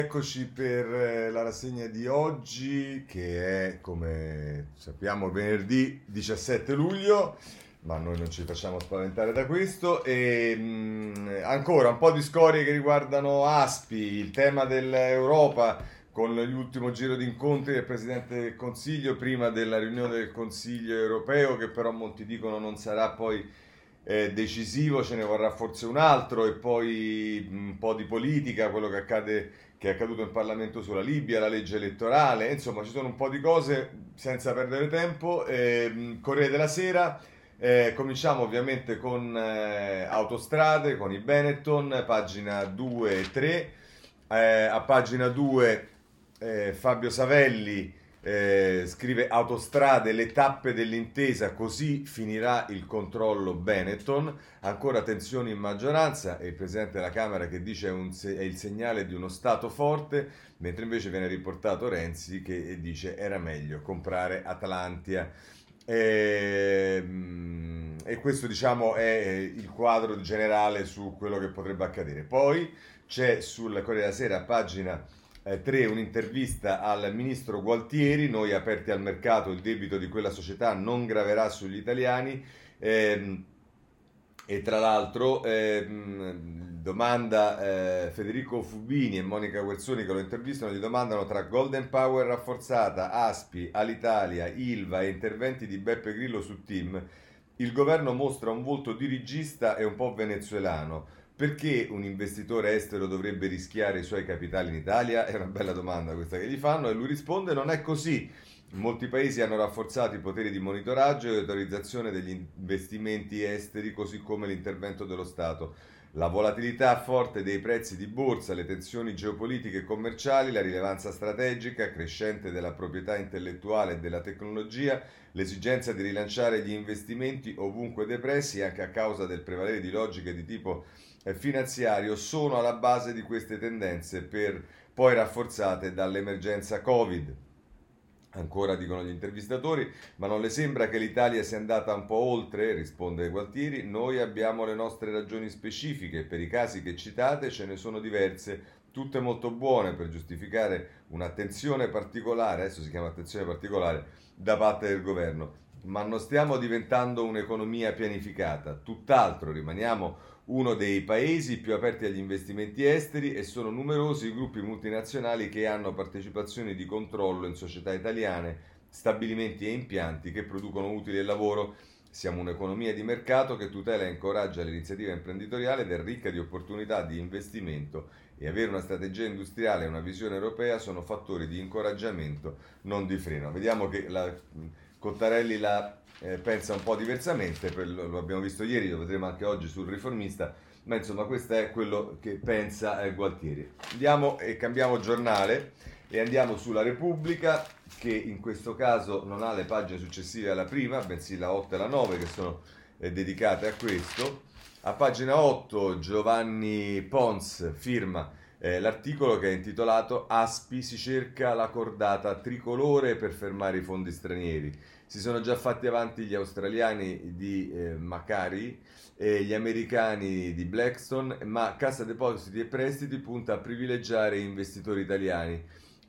Eccoci per la rassegna di oggi, che è, come sappiamo, venerdì 17 luglio, ma noi non ci facciamo spaventare da questo. E ancora un po' di scorie che riguardano Aspi, il tema dell'Europa con l'ultimo giro di incontri del Presidente del Consiglio prima della riunione del Consiglio europeo, che però molti dicono non sarà poi decisivo, ce ne vorrà forse un altro, e poi un po' di politica, quello che è accaduto in Parlamento sulla Libia, la legge elettorale, insomma ci sono un po' di cose senza perdere tempo. Corriere della Sera, cominciamo ovviamente con Autostrade, con i Benetton, pagina 2 e 3. A pagina 2 Fabio Savelli scrive Autostrade, le tappe dell'intesa, così finirà il controllo Benetton. Ancora tensioni in maggioranza e il Presidente della Camera che dice è il segnale di uno Stato forte, mentre invece viene riportato Renzi che dice era meglio comprare Atlantia. E questo diciamo è il quadro generale su quello che potrebbe accadere. Poi c'è sul Corriere della Sera, pagina 3, un'intervista al ministro Gualtieri: noi aperti al mercato, il debito di quella società non graverà sugli italiani. E tra l'altro domanda Federico Fubini e Monica Guerzoni che lo intervistano, gli domandano: tra Golden Power rafforzata, Aspi, Alitalia, Ilva e interventi di Beppe Grillo su Team, il governo mostra un volto dirigista e un po' venezuelano. Perché un investitore estero dovrebbe rischiare i suoi capitali in Italia? È una bella domanda questa che gli fanno, e lui risponde: non è così. Molti paesi hanno rafforzato i poteri di monitoraggio e autorizzazione degli investimenti esteri, così come l'intervento dello Stato. La volatilità forte dei prezzi di borsa, le tensioni geopolitiche e commerciali, la rilevanza strategica crescente della proprietà intellettuale e della tecnologia, l'esigenza di rilanciare gli investimenti ovunque depressi anche a causa del prevalere di logiche di tipo finanziario sono alla base di queste tendenze, per poi rafforzate dall'emergenza Covid. Ancora dicono gli intervistatori, ma non le sembra che l'Italia sia andata un po' oltre? Risponde Gualtieri: noi abbiamo le nostre ragioni specifiche, per i casi che citate ce ne sono diverse, tutte molto buone per giustificare un'attenzione particolare, adesso si chiama attenzione particolare, da parte del governo. Ma non stiamo diventando un'economia pianificata, tutt'altro, rimaniamo uno dei paesi più aperti agli investimenti esteri e sono numerosi i gruppi multinazionali che hanno partecipazioni di controllo in società italiane, stabilimenti e impianti che producono utili e lavoro. Siamo un'economia di mercato che tutela e incoraggia l'iniziativa imprenditoriale ed è ricca di opportunità di investimento, e avere una strategia industriale e una visione europea sono fattori di incoraggiamento, non di freno. Vediamo che Cottarelli la pensa un po' diversamente, lo abbiamo visto ieri, lo vedremo anche oggi sul Riformista, ma insomma questo è quello che pensa Gualtieri. Andiamo e cambiamo giornale e andiamo sulla Repubblica, che in questo caso non ha le pagine successive alla prima, bensì la 8 e la 9 che sono dedicate a questo. A pagina 8 Giovanni Pons firma l'articolo che è intitolato Aspi si cerca la cordata tricolore per fermare i fondi stranieri. Si sono già fatti avanti gli australiani di Macquarie e gli americani di Blackstone, ma Cassa Depositi e Prestiti punta a privilegiare investitori italiani.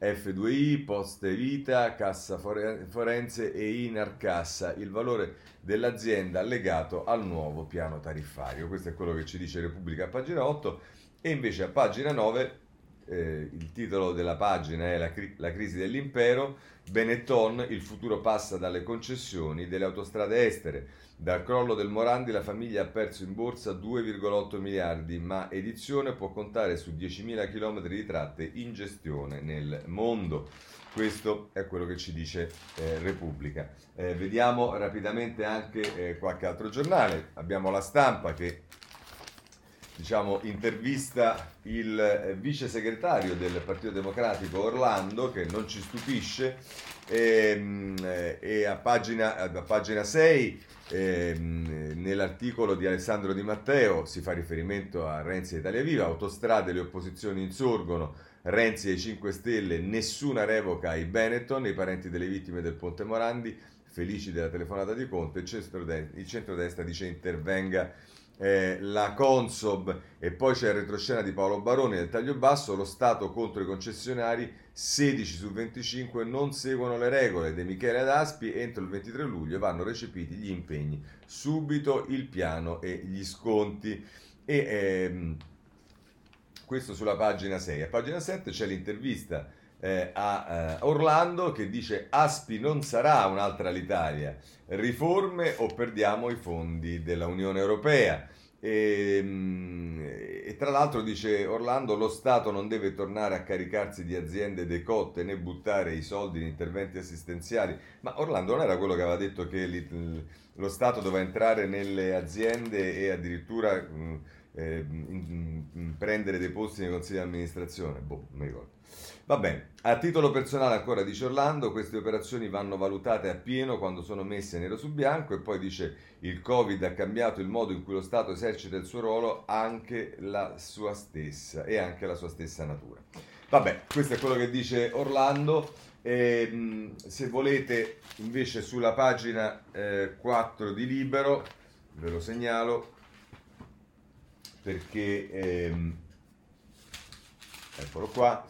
F2I, Poste Vita, Cassa Forense e Inarcassa, il valore dell'azienda legato al nuovo piano tariffario. Questo è quello che ci dice Repubblica a pagina 8. E invece a pagina 9 il titolo della pagina è la crisi dell'impero. Benetton, il futuro passa dalle concessioni delle autostrade estere. Dal crollo del Morandi la famiglia ha perso in borsa 2,8 miliardi, ma Edizione può contare su 10.000 km di tratte in gestione nel mondo. Questo è quello che ci dice Repubblica. Vediamo rapidamente anche qualche altro giornale. Abbiamo La Stampa che intervista il vice segretario del Partito Democratico Orlando, che non ci stupisce, e a pagina 6 nell'articolo di Alessandro Di Matteo si fa riferimento a Renzi e Italia Viva. Autostrade, le opposizioni insorgono, Renzi e i 5 Stelle, nessuna revoca ai Benetton, i parenti delle vittime del Ponte Morandi felici della telefonata di Conte, il centrodestra dice intervenga la Consob, e poi c'è il retroscena di Paolo Baroni del taglio basso, lo Stato contro i concessionari, 16 su 25 non seguono le regole. De Michele ad Aspi, entro il 23 luglio vanno recepiti gli impegni, subito il piano e gli sconti. Questo sulla pagina 6. A pagina 7 c'è l'intervista a Orlando, che dice: Aspi non sarà un'altra Alitalia, riforme o perdiamo i fondi della Unione Europea. E tra l'altro dice Orlando: lo Stato non deve tornare a caricarsi di aziende decotte né buttare i soldi in interventi assistenziali. Ma Orlando non era quello che aveva detto che lo Stato doveva entrare nelle aziende e addirittura prendere dei posti nei consigli di amministrazione? Boh, non mi ricordo. Va bene, a titolo personale ancora dice Orlando, queste operazioni vanno valutate appieno quando sono messe nero su bianco, e poi dice: il Covid ha cambiato il modo in cui lo Stato esercita il suo ruolo, anche la sua stessa natura. Vabbè, questo è quello che dice Orlando. Se volete invece sulla pagina 4 di Libero, ve lo segnalo perché eccolo qua.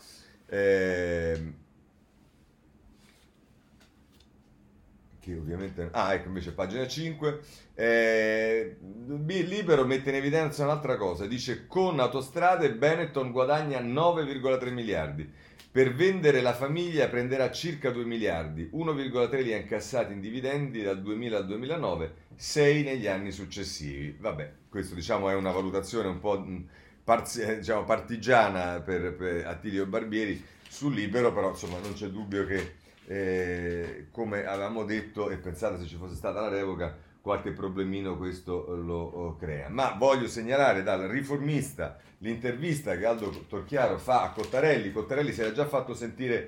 Che ovviamente ecco, invece pagina 5. Libero mette in evidenza un'altra cosa, dice: con Autostrade Benetton guadagna 9,3 miliardi, per vendere la famiglia prenderà circa 2 miliardi, 1,3 li ha incassati in dividendi dal 2000 al 2009, 6 negli anni successivi. Vabbè, questo diciamo è una valutazione un po' diciamo partigiana per Attilio Barbieri sul Libero, però insomma non c'è dubbio che come avevamo detto, e pensate se ci fosse stata la revoca, qualche problemino questo lo crea. Ma voglio segnalare dal Riformista l'intervista che Aldo Torchiaro fa a Cottarelli. Cottarelli si era già fatto sentire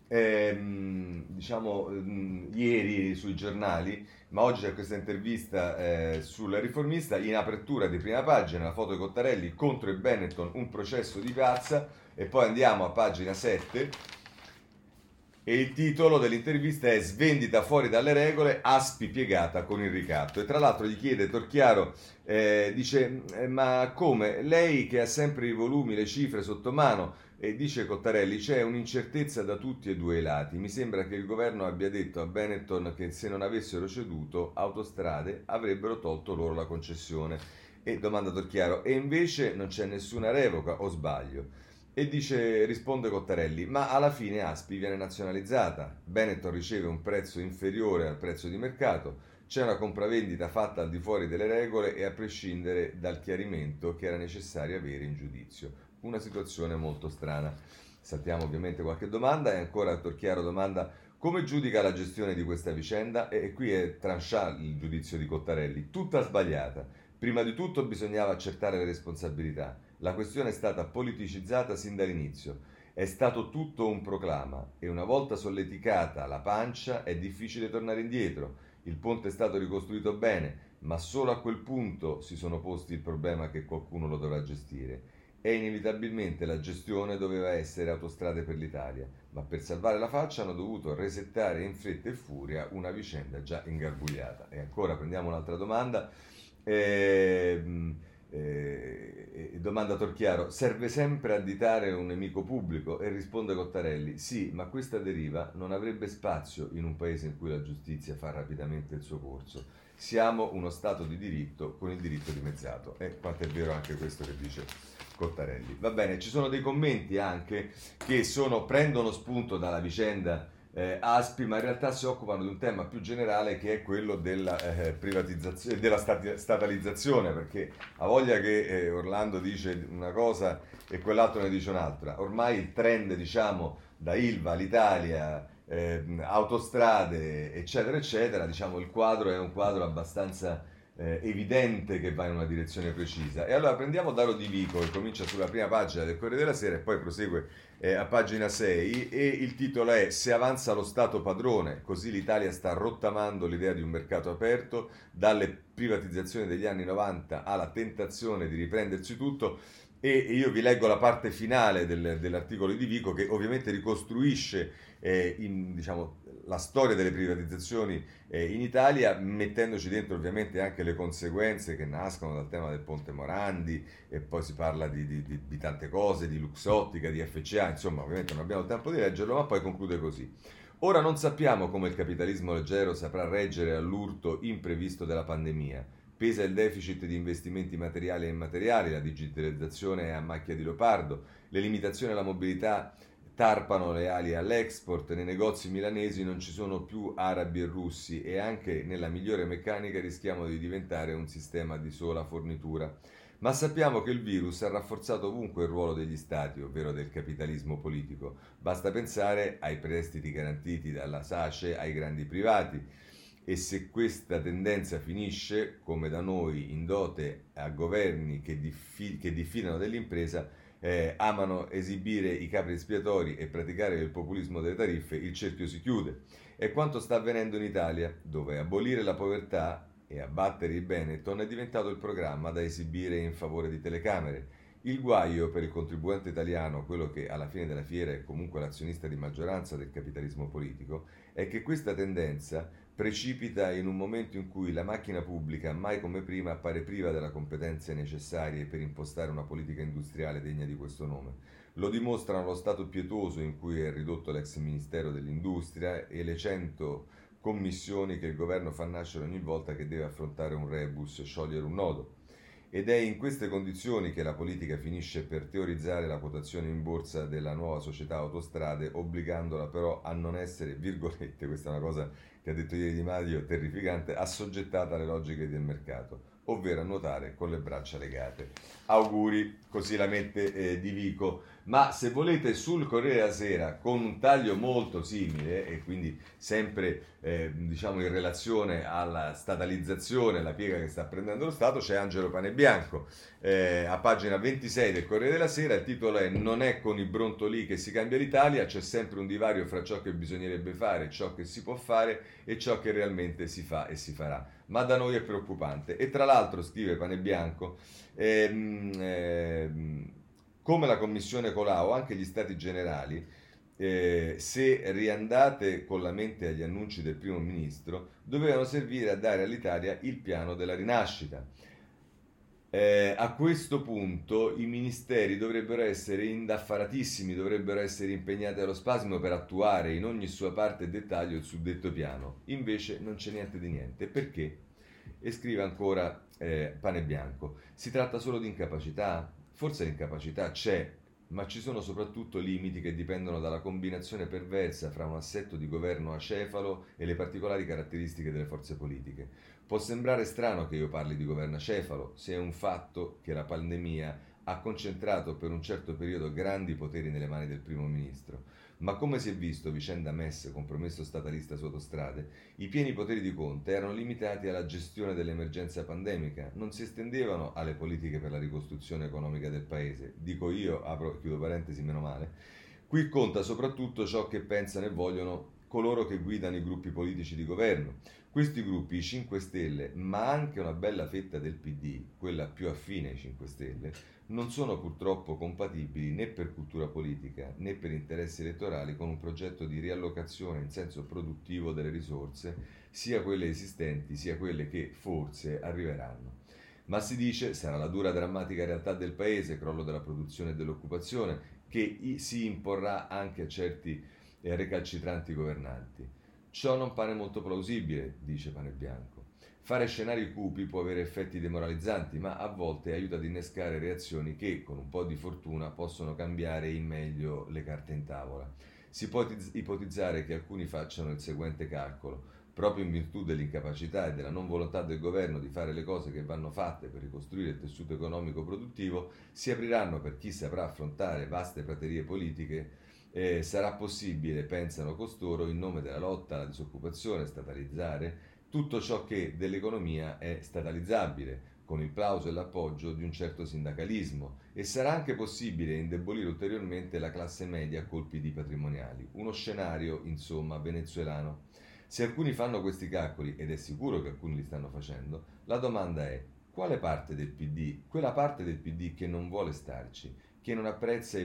ieri sui giornali, ma oggi c'è questa intervista sul Riformista. In apertura di prima pagina la foto di Cottarelli: contro il Benetton un processo di piazza. E poi andiamo a pagina 7 e il titolo dell'intervista è: svendita fuori dalle regole, Aspi piegata con il ricatto. E tra l'altro gli chiede Torchiaro, dice: ma come? Lei che ha sempre i volumi, le cifre sotto mano. E dice Cottarelli: c'è un'incertezza da tutti e due i lati. Mi sembra che il governo abbia detto a Benetton che se non avessero ceduto Autostrade avrebbero tolto loro la concessione. E domanda Torchiaro: e invece non c'è nessuna revoca o sbaglio? E risponde Cottarelli: ma alla fine Aspi viene nazionalizzata, Benetton riceve un prezzo inferiore al prezzo di mercato, c'è una compravendita fatta al di fuori delle regole e a prescindere dal chiarimento che era necessario avere in giudizio. Una situazione molto strana. Saltiamo ovviamente qualche domanda e ancora Torchiaro domanda: come giudica la gestione di questa vicenda? E qui è tranchant il giudizio di Cottarelli: tutta sbagliata. Prima di tutto bisognava accertare le responsabilità. La questione è stata politicizzata sin dall'inizio. È stato tutto un proclama e una volta solleticata la pancia è difficile tornare indietro. Il ponte è stato ricostruito bene, ma solo a quel punto si sono posti il problema che qualcuno lo dovrà gestire. E inevitabilmente la gestione doveva essere Autostrade per l'Italia, ma per salvare la faccia hanno dovuto resettare in fretta e furia una vicenda già ingarbugliata. E ancora prendiamo un'altra domanda. Domanda Torchiaro: serve sempre additare un nemico pubblico? E risponde Cottarelli: sì, ma questa deriva non avrebbe spazio in un paese in cui la giustizia fa rapidamente il suo corso. Siamo uno Stato di diritto con il diritto dimezzato. E quanto è vero anche questo che dice Cottarelli. Va bene, ci sono dei commenti anche che prendono spunto dalla vicenda Aspi, ma in realtà si occupano di un tema più generale, che è quello della privatizzazione, della statalizzazione, perché ha voglia che Orlando dice una cosa e quell'altro ne dice un'altra. Ormai il trend, diciamo, da Ilva all'Italia, Autostrade, eccetera, eccetera, diciamo, il quadro è un quadro abbastanza evidente che va in una direzione precisa. E allora prendiamo Dario Di Vico, che comincia sulla prima pagina del Corriere della Sera e poi prosegue a pagina 6, e il titolo è: se avanza lo Stato padrone, così l'Italia sta rottamando l'idea di un mercato aperto, dalle privatizzazioni degli anni 90 alla tentazione di riprendersi tutto. E io vi leggo la parte finale dell'articolo di Vico che ovviamente ricostruisce diciamo, la storia delle privatizzazioni in Italia, mettendoci dentro ovviamente anche le conseguenze che nascono dal tema del Ponte Morandi, e poi si parla di tante cose, di Luxottica, di FCA, insomma ovviamente non abbiamo il tempo di leggerlo, ma poi conclude così. Ora non sappiamo come il capitalismo leggero saprà reggere all'urto imprevisto della pandemia. Pesa il deficit di investimenti materiali e immateriali, la digitalizzazione è a macchia di leopardo, le limitazioni alla mobilità tarpano le ali all'export, nei negozi milanesi non ci sono più arabi e russi e anche nella migliore meccanica rischiamo di diventare un sistema di sola fornitura. Ma sappiamo che il virus ha rafforzato ovunque il ruolo degli stati, ovvero del capitalismo politico. Basta pensare ai prestiti garantiti dalla SACE ai grandi privati. E se questa tendenza finisce, come da noi, in dote a governi che diffidano dell'impresa, amano esibire i capri espiatori e praticare il populismo delle tariffe, il cerchio si chiude. È quanto sta avvenendo in Italia, dove abolire la povertà e abbattere i Benetton è diventato il programma da esibire in favore di telecamere. Il guaio per il contribuente italiano, quello che alla fine della fiera è comunque l'azionista di maggioranza del capitalismo politico, è che questa tendenza precipita in un momento in cui la macchina pubblica, mai come prima, appare priva delle competenze necessarie per impostare una politica industriale degna di questo nome. Lo dimostrano lo stato pietoso in cui è ridotto l'ex Ministero dell'Industria e le 100 commissioni che il governo fa nascere ogni volta che deve affrontare un rebus, sciogliere un nodo. Ed è in queste condizioni che la politica finisce per teorizzare la quotazione in borsa della nuova società Autostrade, obbligandola però a non essere, virgolette, questa è una cosa che ha detto ieri Di Maio, terrificante, assoggettata alle logiche del mercato, ovvero a nuotare con le braccia legate. Auguri, così la mette Di Vico. Ma se volete sul Corriere della Sera, con un taglio molto simile e quindi sempre diciamo in relazione alla statalizzazione, la piega che sta prendendo lo Stato, c'è Angelo Panebianco. A pagina 26 del Corriere della Sera il titolo è "Non è con i brontolì che si cambia l'Italia, c'è sempre un divario fra ciò che bisognerebbe fare, ciò che si può fare e ciò che realmente si fa e si farà. Ma da noi è preoccupante". E tra l'altro, scrive Panebianco, come la Commissione Colau, anche gli Stati Generali, se riandate con la mente agli annunci del primo ministro, dovevano servire a dare all'Italia il piano della rinascita. A questo punto i ministeri dovrebbero essere indaffaratissimi, dovrebbero essere impegnati allo spasimo per attuare in ogni sua parte e dettaglio il suddetto piano. Invece non c'è niente di niente. Perché? E scrive ancora Panebianco. Si tratta solo di incapacità? Forse l'incapacità c'è, ma ci sono soprattutto limiti che dipendono dalla combinazione perversa fra un assetto di governo acefalo e le particolari caratteristiche delle forze politiche. Può sembrare strano che io parli di governo acefalo, se è un fatto che la pandemia ha concentrato per un certo periodo grandi poteri nelle mani del primo ministro. Ma come si è visto, vicenda MES, compromesso statalista su autostrade, i pieni poteri di Conte erano limitati alla gestione dell'emergenza pandemica, non si estendevano alle politiche per la ricostruzione economica del paese. Dico io, apro e chiudo parentesi, meno male. Qui conta soprattutto ciò che pensano e vogliono coloro che guidano i gruppi politici di governo. Questi gruppi, i 5 Stelle, ma anche una bella fetta del PD, quella più affine ai 5 Stelle, non sono purtroppo compatibili né per cultura politica né per interessi elettorali con un progetto di riallocazione in senso produttivo delle risorse, sia quelle esistenti sia quelle che forse arriveranno. Ma si dice sarà la dura drammatica realtà del paese, crollo della produzione e dell'occupazione, che si imporrà anche a certi recalcitranti governanti. Ciò non pare molto plausibile, dice Panebianco. Fare scenari cupi può avere effetti demoralizzanti, ma a volte aiuta ad innescare reazioni che, con un po' di fortuna, possono cambiare in meglio le carte in tavola. Si può ipotizzare che alcuni facciano il seguente calcolo. Proprio in virtù dell'incapacità e della non volontà del governo di fare le cose che vanno fatte per ricostruire il tessuto economico produttivo, si apriranno per chi saprà affrontare vaste praterie politiche. Sarà possibile, pensano costoro, in nome della lotta alla disoccupazione, statalizzare tutto ciò che dell'economia è statalizzabile, con il plauso e l'appoggio di un certo sindacalismo, e sarà anche possibile indebolire ulteriormente la classe media a colpi di patrimoniali. Uno scenario, insomma, venezuelano. Se alcuni fanno questi calcoli, ed è sicuro che alcuni li stanno facendo, la domanda è: Quale parte del PD? Quella parte del PD che non vuole starci, che non apprezza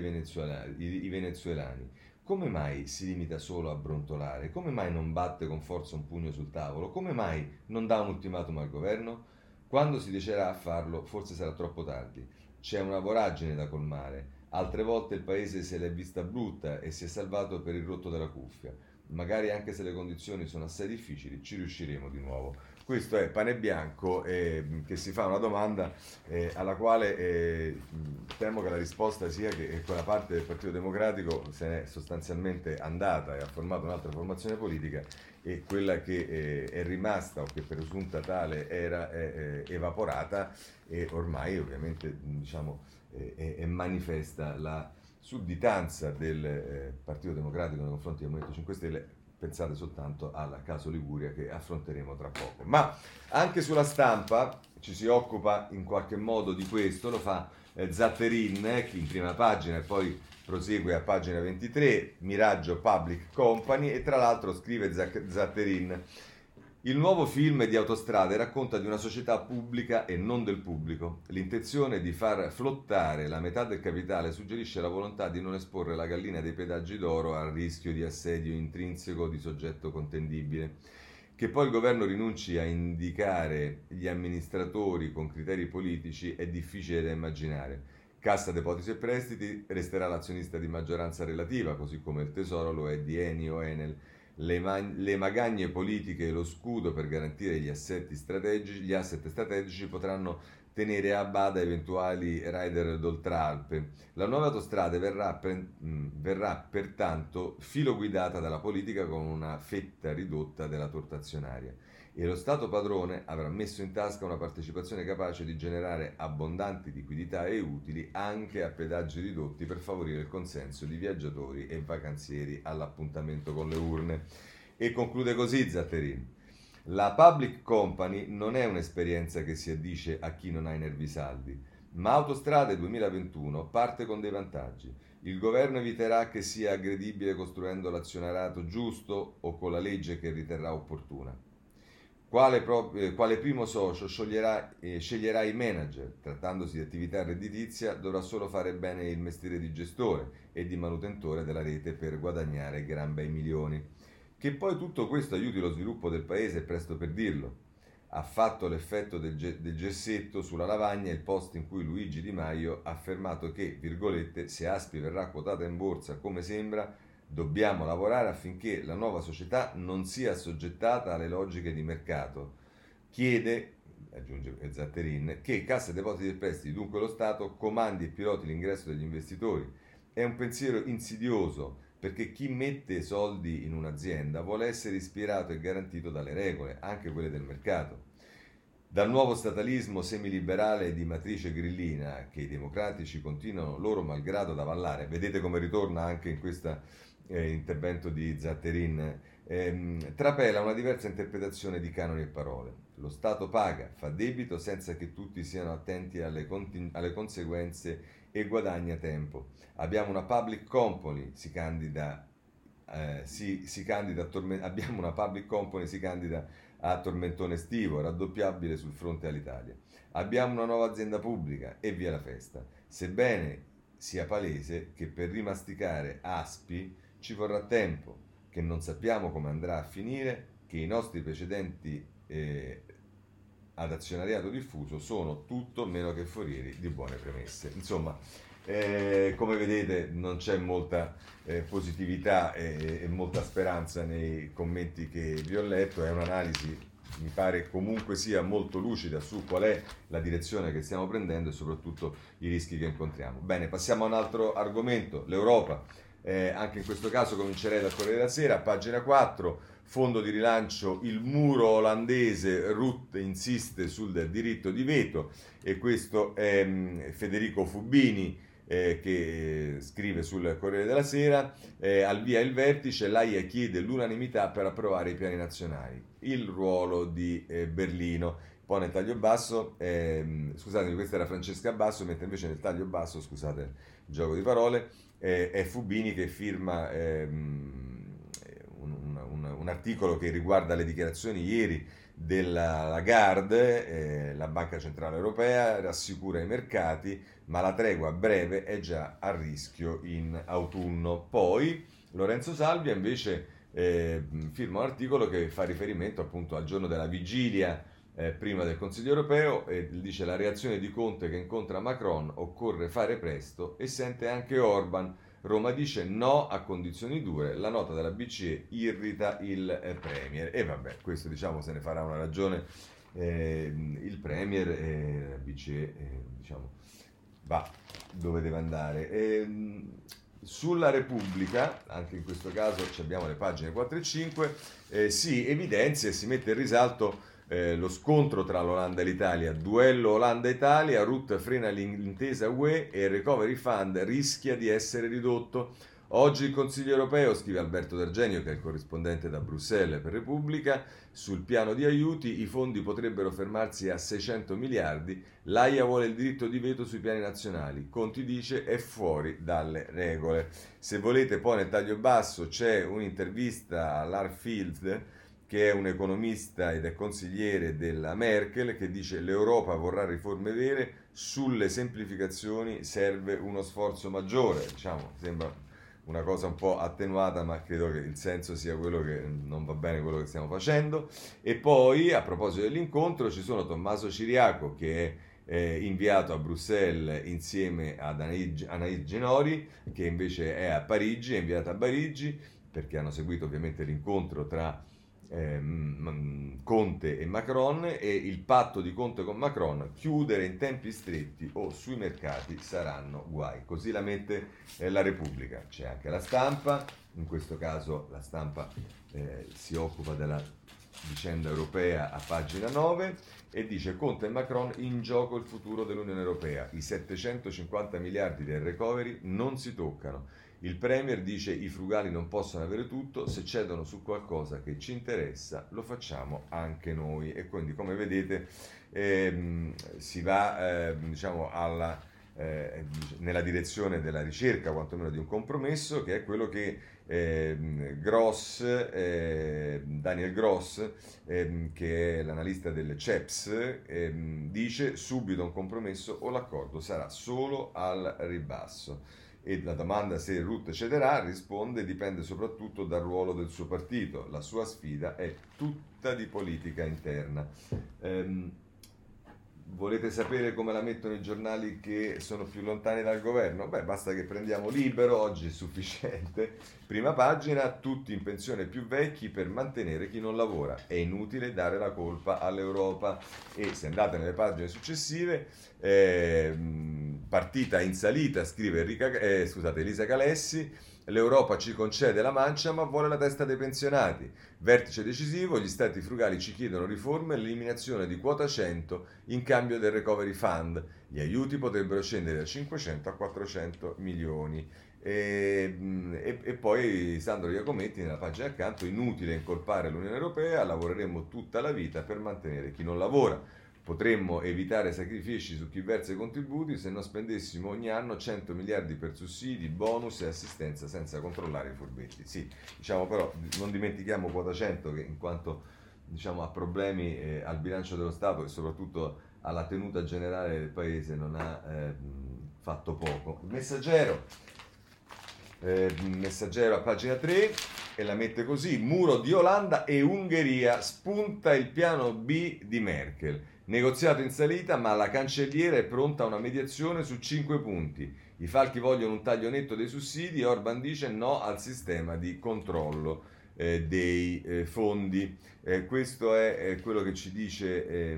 i venezuelani. Come mai si limita solo a brontolare? Come mai non batte con forza un pugno sul tavolo? Come mai non dà un ultimatum al governo? Quando si deciderà a farlo, forse sarà troppo tardi. C'è una voragine da colmare. Altre volte il paese se l'è vista brutta e si è salvato per il rotto della cuffia. Magari anche se le condizioni sono assai difficili, ci riusciremo di nuovo. Questo è Pane Bianco che si fa una domanda alla quale temo che la risposta sia che quella parte del Partito Democratico se n'è sostanzialmente andata e ha formato un'altra formazione politica e quella che è rimasta o che presunta tale era evaporata e ormai ovviamente diciamo, è manifesta la sudditanza del Partito Democratico nei confronti del Movimento 5 Stelle. Pensate soltanto al caso Liguria che affronteremo tra poco. Ma anche sulla stampa ci si occupa in qualche modo di questo, lo fa Zatterin in prima pagina e poi prosegue a pagina 23, Miraggio Public Company, e tra l'altro scrive Zatterin: il nuovo film di Autostrade racconta di una società pubblica e non del pubblico. L'intenzione di far flottare la metà del capitale suggerisce la volontà di non esporre la gallina dei pedaggi d'oro al rischio di assedio intrinseco di soggetto contendibile. Che poi il governo rinunci a indicare gli amministratori con criteri politici è difficile da immaginare. Cassa Depositi e Prestiti resterà l'azionista di maggioranza relativa, così come il Tesoro lo è di Eni o Enel. Le magagne politiche e lo scudo per garantire gli asset strategici potranno tenere a bada eventuali rider d'oltralpe. La nuova autostrada verrà pertanto filoguidata dalla politica con una fetta ridotta della torta azionaria e lo Stato padrone avrà messo in tasca una partecipazione capace di generare abbondanti liquidità e utili anche a pedaggi ridotti per favorire il consenso di viaggiatori e vacanzieri all'appuntamento con le urne. E conclude così Zatterin: la public company non è un'esperienza che si addice a chi non ha i nervi saldi, ma Autostrade 2021 parte con dei vantaggi. Il governo eviterà che sia aggredibile costruendo l'azionariato giusto o con la legge che riterrà opportuna. Quale primo socio sceglierà i manager. Trattandosi di attività redditizia, dovrà solo fare bene il mestiere di gestore e di manutentore della rete per guadagnare gran bei milioni. Che poi tutto questo aiuti lo sviluppo del paese è presto per dirlo. Ha fatto l'effetto del gessetto sulla lavagna il post in cui Luigi Di Maio ha affermato che, virgolette, se Aspi verrà quotata in borsa come sembra, dobbiamo lavorare affinché la nuova società non sia assoggettata alle logiche di mercato. Chiede, aggiunge Zatterin, che Cassa Depositi e Prestiti, dunque lo Stato, comandi e piloti l'ingresso degli investitori. È un pensiero insidioso, perché chi mette soldi in un'azienda vuole essere ispirato e garantito dalle regole, anche quelle del mercato. Dal nuovo statalismo semiliberale di matrice grillina che i democratici continuano loro malgrado ad avallare, vedete come ritorna anche in questo intervento di Zatterin, trapela una diversa interpretazione di canoni e parole. Lo Stato paga, fa debito senza che tutti siano attenti alle conseguenze e guadagna tempo. Abbiamo una public company, abbiamo una public company, si candida a tormentone estivo, raddoppiabile sul fronte all'Italia. Abbiamo una nuova azienda pubblica e via la festa. Sebbene sia palese che per rimasticare Aspi ci vorrà tempo, che non sappiamo come andrà a finire, che i nostri precedenti ad azionariato diffuso sono tutto meno che forieri di buone premesse. Insomma, come vedete non c'è molta positività e molta speranza nei commenti che vi ho letto. È un'analisi, mi pare comunque sia molto lucida su qual è la direzione che stiamo prendendo e soprattutto i rischi che incontriamo. Bene, passiamo a un altro argomento, l'Europa. Anche in questo caso comincerei dal Corriere della Sera, pagina 4, fondo di rilancio, il muro olandese, Rutte insiste sul diritto di veto, e questo è Federico Fubini che scrive sul Corriere della Sera, al via il vertice, l'AIA chiede l'unanimità per approvare i piani nazionali, il ruolo di Berlino. Poi nel taglio basso, scusate, questa era Francesca Basso, mentre invece nel taglio basso, scusate il gioco di parole, è Fubini che firma una articolo che riguarda le dichiarazioni ieri della Lagarde, la Banca Centrale Europea rassicura i mercati, ma la tregua breve è già a rischio in autunno. Poi Lorenzo Salvia invece firma un articolo che fa riferimento appunto al giorno della vigilia prima del Consiglio europeo e dice la reazione di Conte che incontra Macron, occorre fare presto e sente anche Orban. Roma dice no a condizioni dure, la nota della BCE irrita il Premier. E vabbè, questo diciamo se ne farà una ragione il Premier e la BCE diciamo va dove deve andare. Sulla Repubblica, anche in questo caso abbiamo le pagine 4 e 5, si evidenzia e si mette in risalto lo scontro tra l'Olanda e l'Italia, duello Olanda-Italia, Rutte frena l'intesa UE e il Recovery Fund rischia di essere ridotto. Oggi il Consiglio europeo, scrive Alberto D'Argenio, che è il corrispondente da Bruxelles per Repubblica, sul piano di aiuti i fondi potrebbero fermarsi a 600 miliardi, l'AIA vuole il diritto di veto sui piani nazionali, Conti dice è fuori dalle regole. Se volete poi nel taglio basso c'è un'intervista a Lars Field, che è un economista ed è consigliere della Merkel, che dice l'Europa vorrà riforme vere, sulle semplificazioni serve uno sforzo maggiore. Diciamo, sembra una cosa un po' attenuata, ma credo che il senso sia quello che non va bene quello che stiamo facendo. E poi, a proposito dell'incontro, ci sono Tommaso Ciriaco, che è inviato a Bruxelles insieme ad Anaïs Genori, che invece è a Parigi, è inviata a Parigi, perché hanno seguito ovviamente l'incontro tra Conte e Macron e il patto di Conte con Macron: chiudere in tempi stretti o sui mercati saranno guai. Così la mette la Repubblica. C'è anche la Stampa, in questo caso la Stampa si occupa della vicenda europea a pagina 9 e dice Conte e Macron in gioco il futuro dell'Unione Europea, i 750 miliardi del recovery non si toccano. Il Premier dice i frugali non possono avere tutto, se cedono su qualcosa che ci interessa lo facciamo anche noi. E quindi come vedete si va diciamo nella direzione della ricerca quantomeno di un compromesso, che è quello che Daniel Gross, che è l'analista delle CEPS, dice subito un compromesso o l'accordo sarà solo al ribasso. E la domanda se Rutte cederà risponde dipende soprattutto dal ruolo del suo partito, la sua sfida è tutta di politica interna. Volete sapere come la mettono i giornali che sono più lontani dal governo? Beh, basta che prendiamo Libero, oggi è sufficiente. Prima pagina, tutti in pensione più vecchi per mantenere chi non lavora. È inutile dare la colpa all'Europa. E se andate nelle pagine successive, partita in salita, scrive Elisa Calessi, l'Europa ci concede la mancia ma vuole la testa dei pensionati. Vertice decisivo, gli stati frugali ci chiedono riforme e l'eliminazione di quota 100 in cambio del Recovery Fund. Gli aiuti potrebbero scendere da 500 a 400 milioni. E poi Sandro Iacometti nella pagina accanto, inutile incolpare l'Unione Europea, lavoreremo tutta la vita per mantenere chi non lavora. Potremmo evitare sacrifici su chi versa i contributi se non spendessimo ogni anno 100 miliardi per sussidi, bonus e assistenza senza controllare i furbetti. Sì, diciamo però non dimentichiamo quota 100 che in quanto diciamo, ha problemi al bilancio dello Stato e soprattutto alla tenuta generale del Paese non ha fatto poco. Il Messaggero a pagina 3 e la mette così: muro di Olanda e Ungheria, spunta il piano B di Merkel. Negoziato in salita, ma la cancelliera è pronta a una mediazione su 5 punti. I falchi vogliono un taglio netto dei sussidi, Orban dice no al sistema di controllo dei fondi. Questo è quello che ci dice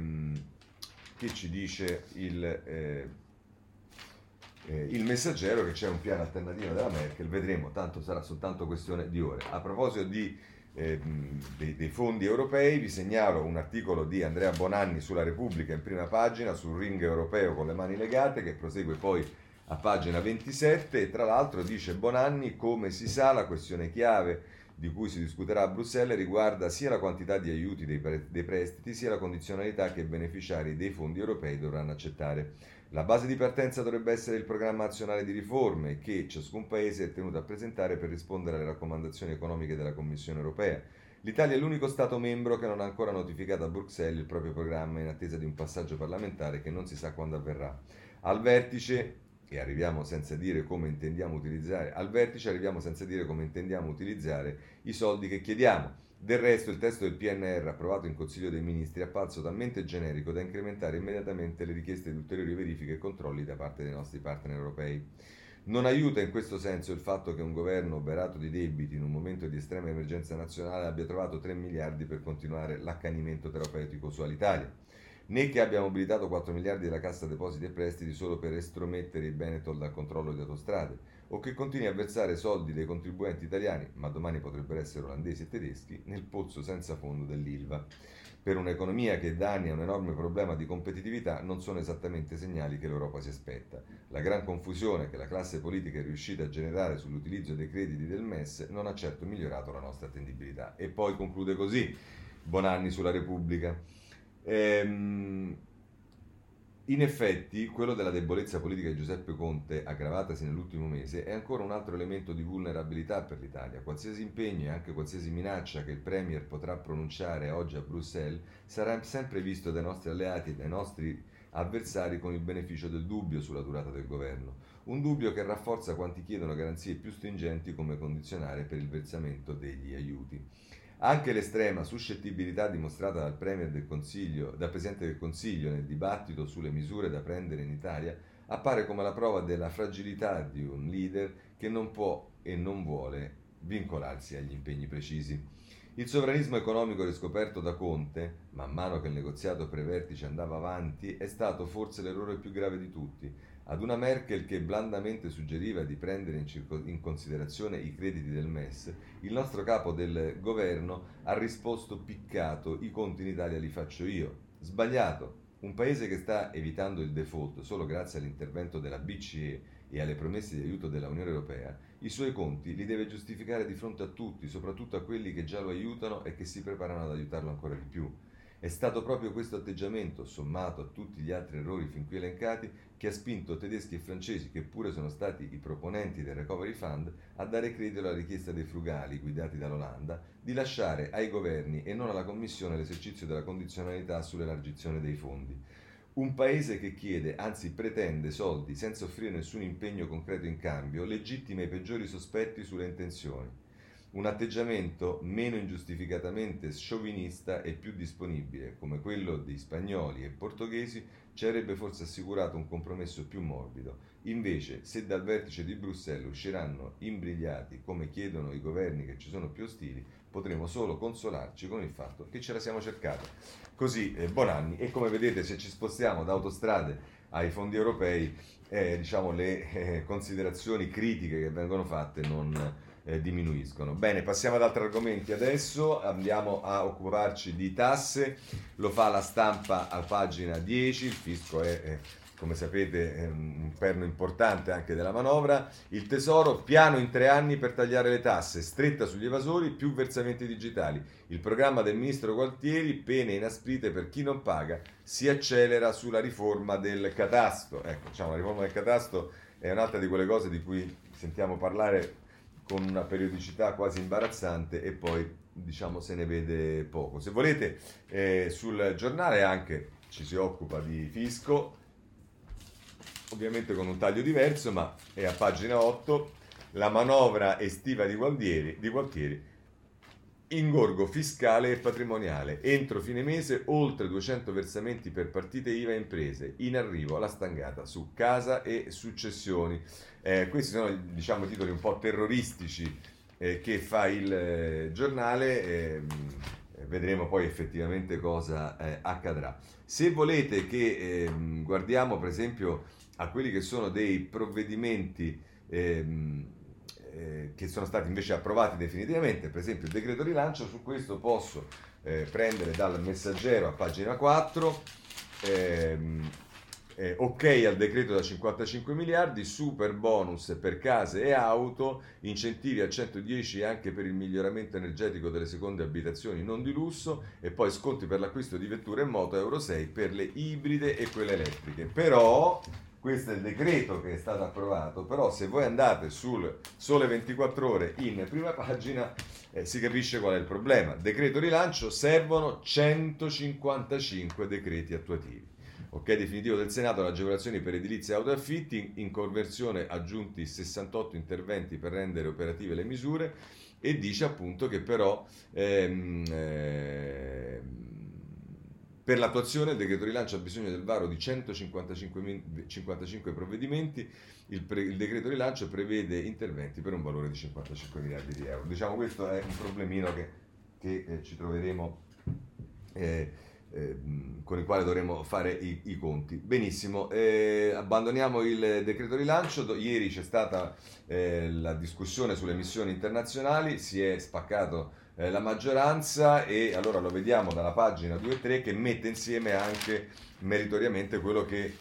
il Messaggero, che c'è un piano alternativo della Merkel, vedremo, tanto sarà soltanto questione di ore. A proposito dei fondi europei, vi segnalo un articolo di Andrea Bonanni sulla Repubblica in prima pagina sul ring europeo con le mani legate, che prosegue poi a pagina 27 e tra l'altro dice Bonanni: come si sa la questione chiave di cui si discuterà a Bruxelles riguarda sia la quantità di aiuti dei prestiti sia la condizionalità che i beneficiari dei fondi europei dovranno accettare. La base di partenza dovrebbe essere il programma nazionale di riforme che ciascun paese è tenuto a presentare per rispondere alle raccomandazioni economiche della Commissione europea. L'Italia è l'unico Stato membro che non ha ancora notificato a Bruxelles il proprio programma in attesa di un passaggio parlamentare che non si sa quando avverrà. Al vertice arriviamo senza dire come intendiamo utilizzare, al vertice arriviamo senza dire come intendiamo utilizzare i soldi che chiediamo. Del resto il testo del PNR approvato in Consiglio dei Ministri è apparso talmente generico da incrementare immediatamente le richieste di ulteriori verifiche e controlli da parte dei nostri partner europei. Non aiuta in questo senso il fatto che un governo oberato di debiti in un momento di estrema emergenza nazionale abbia trovato 3 miliardi per continuare l'accanimento terapeutico su Alitalia, né che abbia mobilitato 4 miliardi della Cassa Depositi e Prestiti solo per estromettere i Benetton dal controllo di autostrade, o che continui a versare soldi dei contribuenti italiani, ma domani potrebbero essere olandesi e tedeschi, nel pozzo senza fondo dell'Ilva. Per un'economia che da anni ha un enorme problema di competitività non sono esattamente segnali che l'Europa si aspetta. La gran confusione che la classe politica è riuscita a generare sull'utilizzo dei crediti del MES non ha certo migliorato la nostra attendibilità. E poi conclude così Bonanni sulla Repubblica. In effetti, quello della debolezza politica di Giuseppe Conte, aggravatasi nell'ultimo mese, è ancora un altro elemento di vulnerabilità per l'Italia. Qualsiasi impegno e anche qualsiasi minaccia che il Premier potrà pronunciare oggi a Bruxelles sarà sempre visto dai nostri alleati e dai nostri avversari con il beneficio del dubbio sulla durata del governo. Un dubbio che rafforza quanti chiedono garanzie più stringenti come condizionale per il versamento degli aiuti. Anche l'estrema suscettibilità dimostrata dal Presidente del Consiglio nel dibattito sulle misure da prendere in Italia appare come la prova della fragilità di un leader che non può e non vuole vincolarsi agli impegni precisi. Il sovranismo economico riscoperto da Conte, man mano che il negoziato pre-vertice andava avanti, è stato forse l'errore più grave di tutti. Ad una Merkel che blandamente suggeriva di prendere in considerazione i crediti del MES, il nostro capo del governo ha risposto piccato: i conti in Italia li faccio io. Sbagliato. Un paese che sta evitando il default solo grazie all'intervento della BCE e alle promesse di aiuto della Unione Europea, i suoi conti li deve giustificare di fronte a tutti, soprattutto a quelli che già lo aiutano e che si preparano ad aiutarlo ancora di più. È stato proprio questo atteggiamento, sommato a tutti gli altri errori fin qui elencati, che ha spinto tedeschi e francesi, che pure sono stati i proponenti del Recovery Fund, a dare credito alla richiesta dei frugali, guidati dall'Olanda, di lasciare ai governi e non alla Commissione l'esercizio della condizionalità sull'elargizione dei fondi. Un paese che chiede, anzi pretende soldi senza offrire nessun impegno concreto in cambio, legittima i peggiori sospetti sulle intenzioni. Un atteggiamento meno ingiustificatamente sciovinista e più disponibile, come quello di spagnoli e portoghesi, ci avrebbe forse assicurato un compromesso più morbido. Invece, se dal vertice di Bruxelles usciranno imbrigliati, come chiedono i governi che ci sono più ostili, potremo solo consolarci con il fatto che ce la siamo cercata. Così Bonanni, e come vedete, se ci spostiamo da autostrade ai fondi europei, diciamo, le considerazioni critiche che vengono fatte non diminuiscono. Bene, passiamo ad altri argomenti adesso, andiamo a occuparci di tasse, lo fa La Stampa a pagina 10, il fisco è come sapete un perno importante anche della manovra. Il Tesoro, piano in 3 anni per tagliare le tasse, stretta sugli evasori, più versamenti digitali. Il programma del ministro Gualtieri, pene inasprite per chi non paga, si accelera sulla riforma del catasto. Ecco, diciamo, la riforma del catasto è un'altra di quelle cose di cui sentiamo parlare con una periodicità quasi imbarazzante e poi diciamo se ne vede poco. Se volete sul giornale anche ci si occupa di fisco, ovviamente con un taglio diverso, ma è a pagina 8 la manovra estiva di Gualtieri, ingorgo fiscale e patrimoniale, entro fine mese oltre 200 versamenti per partite IVA e imprese, in arrivo la stangata su casa e successioni. Questi sono, diciamo, titoli un po' terroristici che fa il giornale, vedremo poi effettivamente cosa accadrà. Se volete che guardiamo per esempio a quelli che sono dei provvedimenti che sono stati invece approvati definitivamente, per esempio il decreto rilancio, su questo posso prendere dal Messaggero a pagina 4 ok al decreto da 55 miliardi, super bonus per case e auto, incentivi a 110 anche per il miglioramento energetico delle seconde abitazioni non di lusso e poi sconti per l'acquisto di vetture e moto Euro 6 per le ibride e quelle elettriche. Però questo è il decreto che è stato approvato, però se voi andate sul Sole 24 Ore in prima pagina si capisce qual è il problema. Decreto rilancio, servono 155 decreti attuativi. Ok, definitivo del Senato, le agevolazioni per edilizia e autoaffitti, in conversione aggiunti 68 interventi per rendere operative le misure e dice appunto che però per l'attuazione il decreto rilancio ha bisogno del varo di 155 provvedimenti, il decreto rilancio prevede interventi per un valore di 55 miliardi di euro. Diciamo questo è un problemino che ci troveremo con il quale dovremo fare i conti. Benissimo, abbandoniamo il decreto rilancio. Ieri c'è stata la discussione sulle missioni internazionali, si è spaccato la maggioranza e allora lo vediamo dalla pagina 2 e 3 che mette insieme anche meritoriamente quello che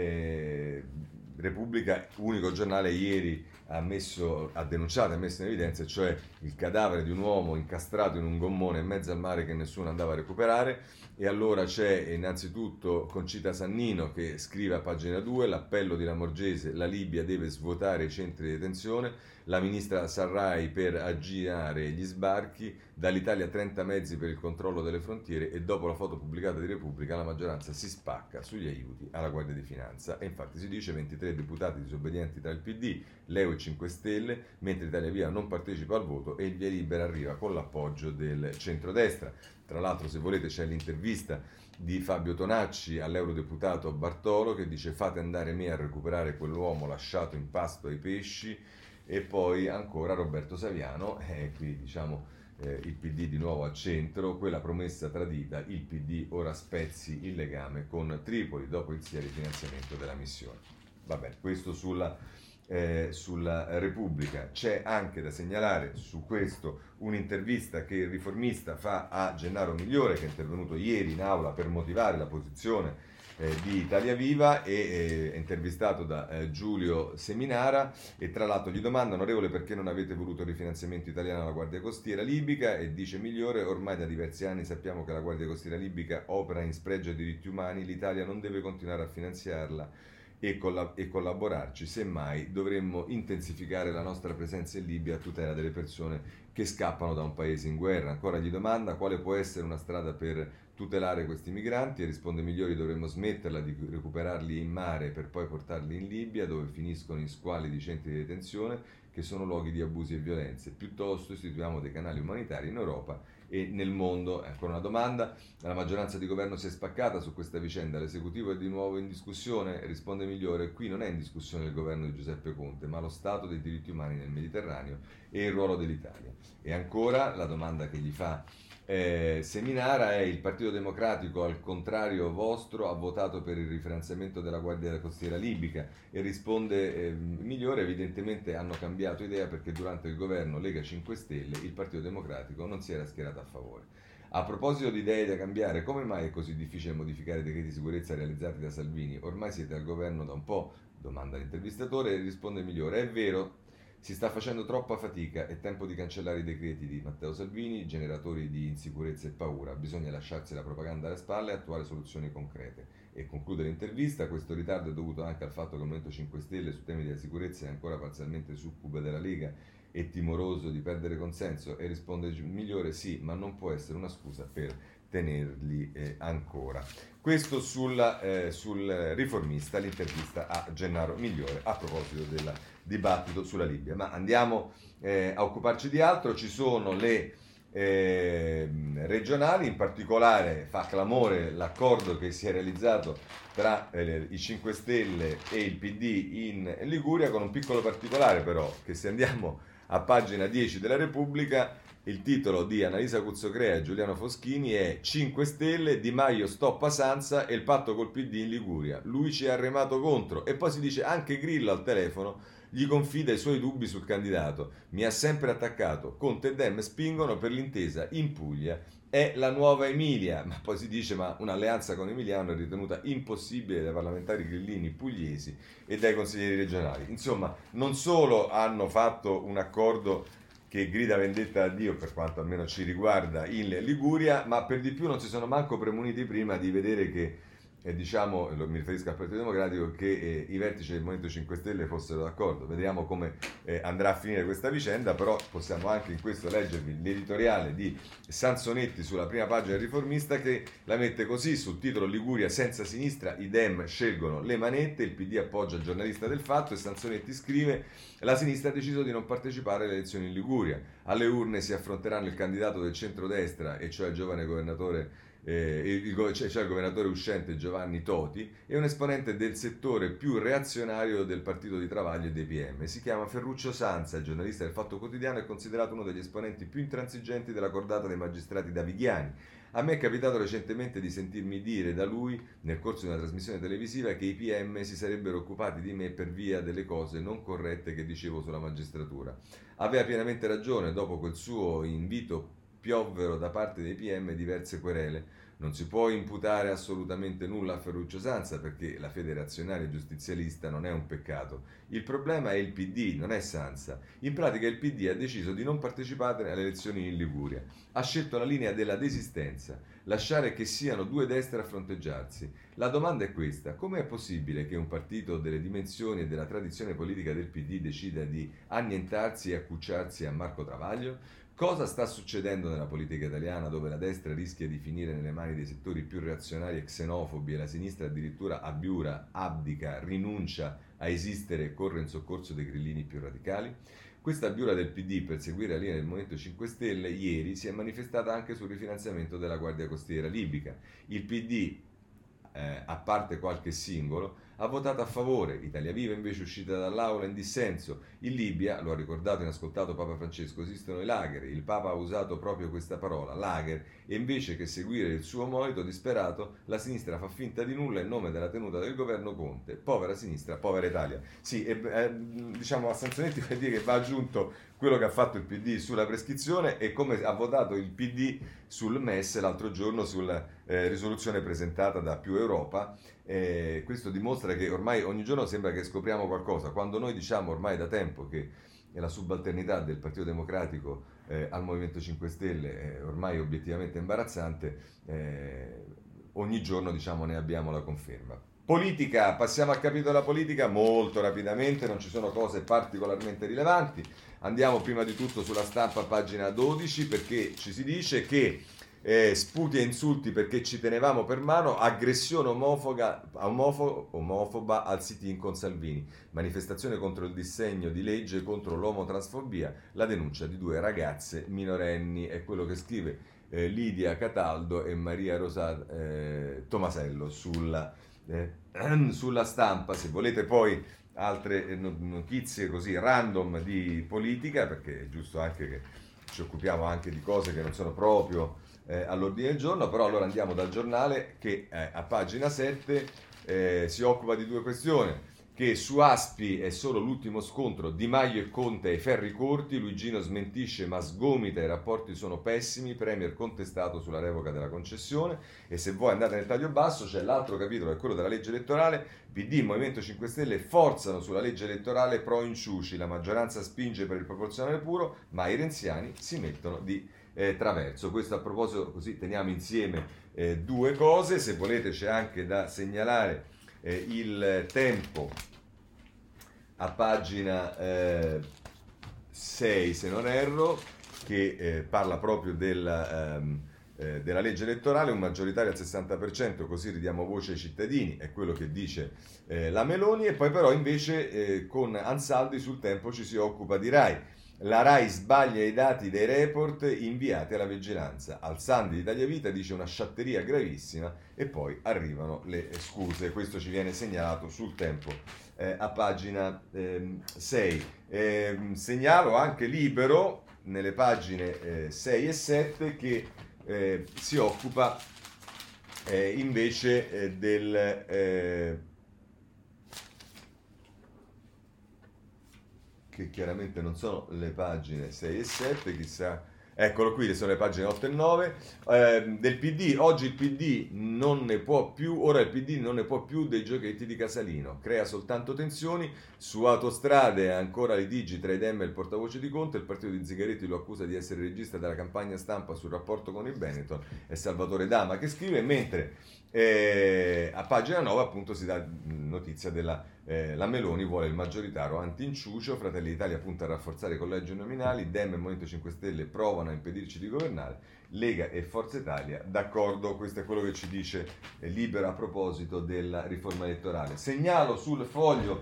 Repubblica, unico giornale, ieri ha denunciato e messo in evidenza, cioè il cadavere di un uomo incastrato in un gommone in mezzo al mare che nessuno andava a recuperare. E allora c'è innanzitutto Concita Sannino che scrive a pagina 2: l'appello di Lamorgese, la Libia deve svuotare i centri di detenzione, la ministra Sarraj per aggirare gli sbarchi, dall'Italia 30 mezzi per il controllo delle frontiere e dopo la foto pubblicata di Repubblica la maggioranza si spacca sugli aiuti alla Guardia di Finanza. E infatti si dice 23 deputati disobbedienti tra il PD, Leo e 5 Stelle, mentre Italia Viva non partecipa al voto e il via libera arriva con l'appoggio del centrodestra. Tra l'altro, se volete, c'è l'intervista di Fabio Tonacci all'eurodeputato Bartolo che dice: fate andare me a recuperare quell'uomo lasciato in pasto ai pesci. E poi ancora Roberto Saviano, qui diciamo il PD di nuovo al centro, quella promessa tradita, il PD ora spezzi il legame con Tripoli dopo il sia rifinanziamento della missione. Va bene, questo sulla Repubblica. C'è anche da segnalare su questo un'intervista che il Riformista fa a Gennaro Migliore, che è intervenuto ieri in aula per motivare la posizione di Italia Viva, e è intervistato da Giulio Seminara, e tra l'altro gli domanda: onorevole, perché non avete voluto il rifinanziamento italiano alla Guardia Costiera libica? E dice Migliore: ormai da diversi anni sappiamo che la Guardia Costiera libica opera in spregio ai diritti umani, l'Italia non deve continuare a finanziarla e collaborarci, semmai dovremmo intensificare la nostra presenza in Libia a tutela delle persone che scappano da un paese in guerra. Ancora gli domanda quale può essere una strada per tutelare questi migranti e risponde Migliori: dovremmo smetterla di recuperarli in mare per poi portarli in Libia dove finiscono in squalidi centri di detenzione che sono luoghi di abusi e violenze, piuttosto istituiamo dei canali umanitari in Europa e nel mondo. Ancora una domanda: la maggioranza di governo si è spaccata su questa vicenda, l'esecutivo è di nuovo in discussione? Risponde Migliore: qui non è in discussione il governo di Giuseppe Conte, ma lo stato dei diritti umani nel Mediterraneo e il ruolo dell'Italia. E ancora la domanda che gli fa Seminara è: il Partito Democratico, al contrario vostro, ha votato per il rifinanziamento della Guardia Costiera libica? E risponde Migliore: evidentemente hanno cambiato idea perché durante il governo Lega 5 Stelle il Partito Democratico non si era schierato a favore. A proposito di idee da cambiare, come mai è così difficile modificare i decreti di sicurezza realizzati da Salvini? Ormai siete al governo da un po', domanda l'intervistatore, e risponde Migliore: è vero, si sta facendo troppa fatica, è tempo di cancellare i decreti di Matteo Salvini, generatori di insicurezza e paura, bisogna lasciarsi la propaganda alle spalle e attuare soluzioni concrete. E conclude l'intervista: questo ritardo è dovuto anche al fatto che il Movimento 5 Stelle su temi della sicurezza è ancora parzialmente succube della Lega e timoroso di perdere consenso. E risponde Migliore: sì, ma non può essere una scusa per tenerli ancora. Questo sul Riformista, l'intervista a Gennaro Migliore a proposito del dibattito sulla Libia. Ma andiamo a occuparci di altro. Ci sono le regionali, in particolare fa clamore l'accordo che si è realizzato tra i 5 Stelle e il PD in Liguria, con un piccolo particolare però, che se andiamo a pagina 10 della Repubblica, il titolo di Annalisa Cuzzocrea e Giuliano Foschini è: 5 Stelle, Di Maio stoppa Sanza e il patto col PD in Liguria, lui ci ha remato contro. E poi si dice anche Grillo al telefono gli confida i suoi dubbi sul candidato. Mi ha sempre attaccato. Conte e Dem spingono per l'intesa in Puglia. È la nuova Emilia, ma poi si dice ma un'alleanza con Emiliano è ritenuta impossibile dai parlamentari grillini pugliesi e dai consiglieri regionali. Insomma, non solo hanno fatto un accordo che grida vendetta a Dio, per quanto almeno ci riguarda, in Liguria, ma per di più non si sono manco premuniti prima di vedere che, diciamo, mi riferisco al Partito Democratico, che i vertici del Movimento 5 Stelle fossero d'accordo. Vediamo come andrà a finire questa vicenda, però possiamo anche in questo leggervi l'editoriale di Sansonetti sulla prima pagina del Riformista, che la mette così sul titolo: Liguria senza sinistra, i Dem scelgono le manette, il PD appoggia il giornalista del Fatto, e Sansonetti scrive: la sinistra ha deciso di non partecipare alle elezioni in Liguria. Alle urne si affronteranno il candidato del centrodestra, e cioè il giovane governatore cioè il governatore uscente Giovanni Toti, e un esponente del settore più reazionario del Partito di Travaglio e dei PM. Si chiama Ferruccio Sanza, il giornalista del Fatto Quotidiano, è considerato uno degli esponenti più intransigenti della cordata dei magistrati davidiani. A me è capitato recentemente di sentirmi dire da lui, nel corso di una trasmissione televisiva, che i PM si sarebbero occupati di me per via delle cose non corrette che dicevo sulla magistratura. Aveva pienamente ragione. Dopo quel suo invito piovvero da parte dei PM diverse querele. Non si può imputare assolutamente nulla a Ferruccio Sanza, perché la fede razionaria e giustizialista non è un peccato. Il problema è il PD, non è Sanza. In pratica il PD ha deciso di non partecipare alle elezioni in Liguria. Ha scelto la linea della desistenza, lasciare che siano due destre a fronteggiarsi. La domanda è questa: come è possibile che un partito delle dimensioni e della tradizione politica del PD decida di annientarsi e accucciarsi a Marco Travaglio? Cosa sta succedendo nella politica italiana, dove la destra rischia di finire nelle mani dei settori più reazionari e xenofobi, e la sinistra addirittura abiura, abdica, rinuncia a esistere e corre in soccorso dei grillini più radicali? Questa abiura del PD per seguire la linea del Movimento 5 Stelle ieri si è manifestata anche sul rifinanziamento della Guardia Costiera libica. Il PD, a parte qualche singolo, ha votato a favore. Italia Viva invece è uscita dall'aula in dissenso. In Libia, lo ha ricordato e ascoltato Papa Francesco, esistono i lager. Il Papa ha usato proprio questa parola, lager, e invece che seguire il suo monito disperato, la sinistra fa finta di nulla in nome della tenuta del governo Conte. Povera sinistra, povera Italia. Sì, diciamo a Sansonetti per dire che va aggiunto quello che ha fatto il PD sulla prescrizione e come ha votato il PD sul MES l'altro giorno, sulla risoluzione presentata da Più Europa. Questo dimostra che ormai ogni giorno sembra che scopriamo qualcosa. Quando noi diciamo ormai da tempo che la subalternità del Partito Democratico al Movimento 5 Stelle è ormai obiettivamente imbarazzante, ogni giorno diciamo ne abbiamo la conferma. Politica, passiamo al capitolo della politica molto rapidamente, non ci sono cose particolarmente rilevanti. Andiamo prima di tutto sulla Stampa, pagina 12, perché ci si dice che sputi e insulti perché ci tenevamo per mano, aggressione omofoba al sit-in con Salvini, manifestazione contro il disegno di legge contro l'omotransfobia, la denuncia di due ragazze minorenni, è quello che scrive Lidia Cataldo e Maria Rosa Tomasello sulla Stampa. Se volete poi altre notizie così random di politica, perché è giusto anche che ci occupiamo anche di cose che non sono proprio all'ordine del giorno, però allora andiamo dal giornale che a pagina 7 si occupa di due questioni: che su Aspi è solo l'ultimo scontro, Di Maio e Conte ai ferri corti, Luigino smentisce ma sgomita, i rapporti sono pessimi, Premier contestato sulla revoca della concessione. E se voi andate nel taglio basso c'è l'altro capitolo, è quello della legge elettorale. PD e Movimento 5 Stelle forzano sulla legge elettorale pro inciuci, la maggioranza spinge per il proporzionale puro, ma i renziani si mettono di traverso. Questo a proposito, così teniamo insieme due cose. Se volete c'è anche da segnalare il Tempo a pagina 6 se non erro, che parla proprio della legge elettorale, un maggioritario al 60%, così ridiamo voce ai cittadini, è quello che dice la Meloni. E poi però invece con Ansaldi sul Tempo ci si occupa di Rai. La Rai sbaglia i dati dei report inviati alla vigilanza. Alzandi di Italia Vita dice una sciatteria gravissima e poi arrivano le scuse. Questo ci viene segnalato sul Tempo a pagina 6. Segnalo anche Libero nelle pagine 6 e 7 che si occupa invece del che chiaramente non sono le pagine 6 e 7, chissà. Eccolo qui, sono le pagine 8 e 9 del PD. Oggi il PD non ne può più, ora il PD non ne può più dei giochetti di Casalino, crea soltanto tensioni, su autostrade ancora litigi tra i Dem e il portavoce di Conte, il partito di Zingaretti lo accusa di essere regista della campagna stampa sul rapporto con il Benetton, è Salvatore Dama che scrive, mentre a pagina 9 appunto si dà notizia della la Meloni vuole il maggioritario anti-inciucio, Fratelli d'Italia punta a rafforzare i collegi nominali, Dem e Movimento 5 Stelle provano a impedirci di governare, Lega e Forza Italia d'accordo. Questo è quello che ci dice Libero a proposito della riforma elettorale. Segnalo sul Foglio